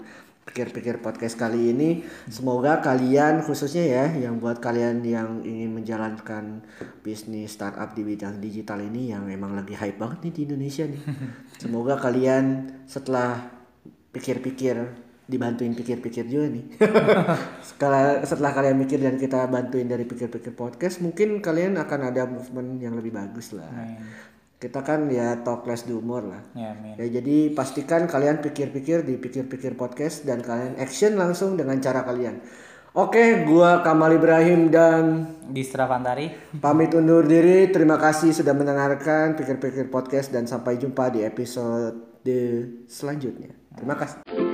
pikir-pikir podcast kali ini. Semoga kalian khususnya ya yang buat kalian yang ingin menjalankan bisnis startup di bidang digital ini yang emang lagi hype banget nih di Indonesia nih. Semoga kalian setelah pikir-pikir dibantuin pikir-pikir juga nih. Setelah setelah kalian mikir dan kita bantuin dari pikir-pikir podcast, mungkin kalian akan ada movement yang lebih bagus lah. Amin. Kita kan ya talk less di umur lah. Ya, amin. Ya jadi pastikan kalian pikir-pikir di pikir-pikir podcast dan kalian action langsung dengan cara kalian. Oke, gua Kamal Ibrahim dan Distra Fantari. pamit undur diri. Terima kasih sudah mendengarkan pikir-pikir podcast dan sampai jumpa di episode selanjutnya. Terima kasih.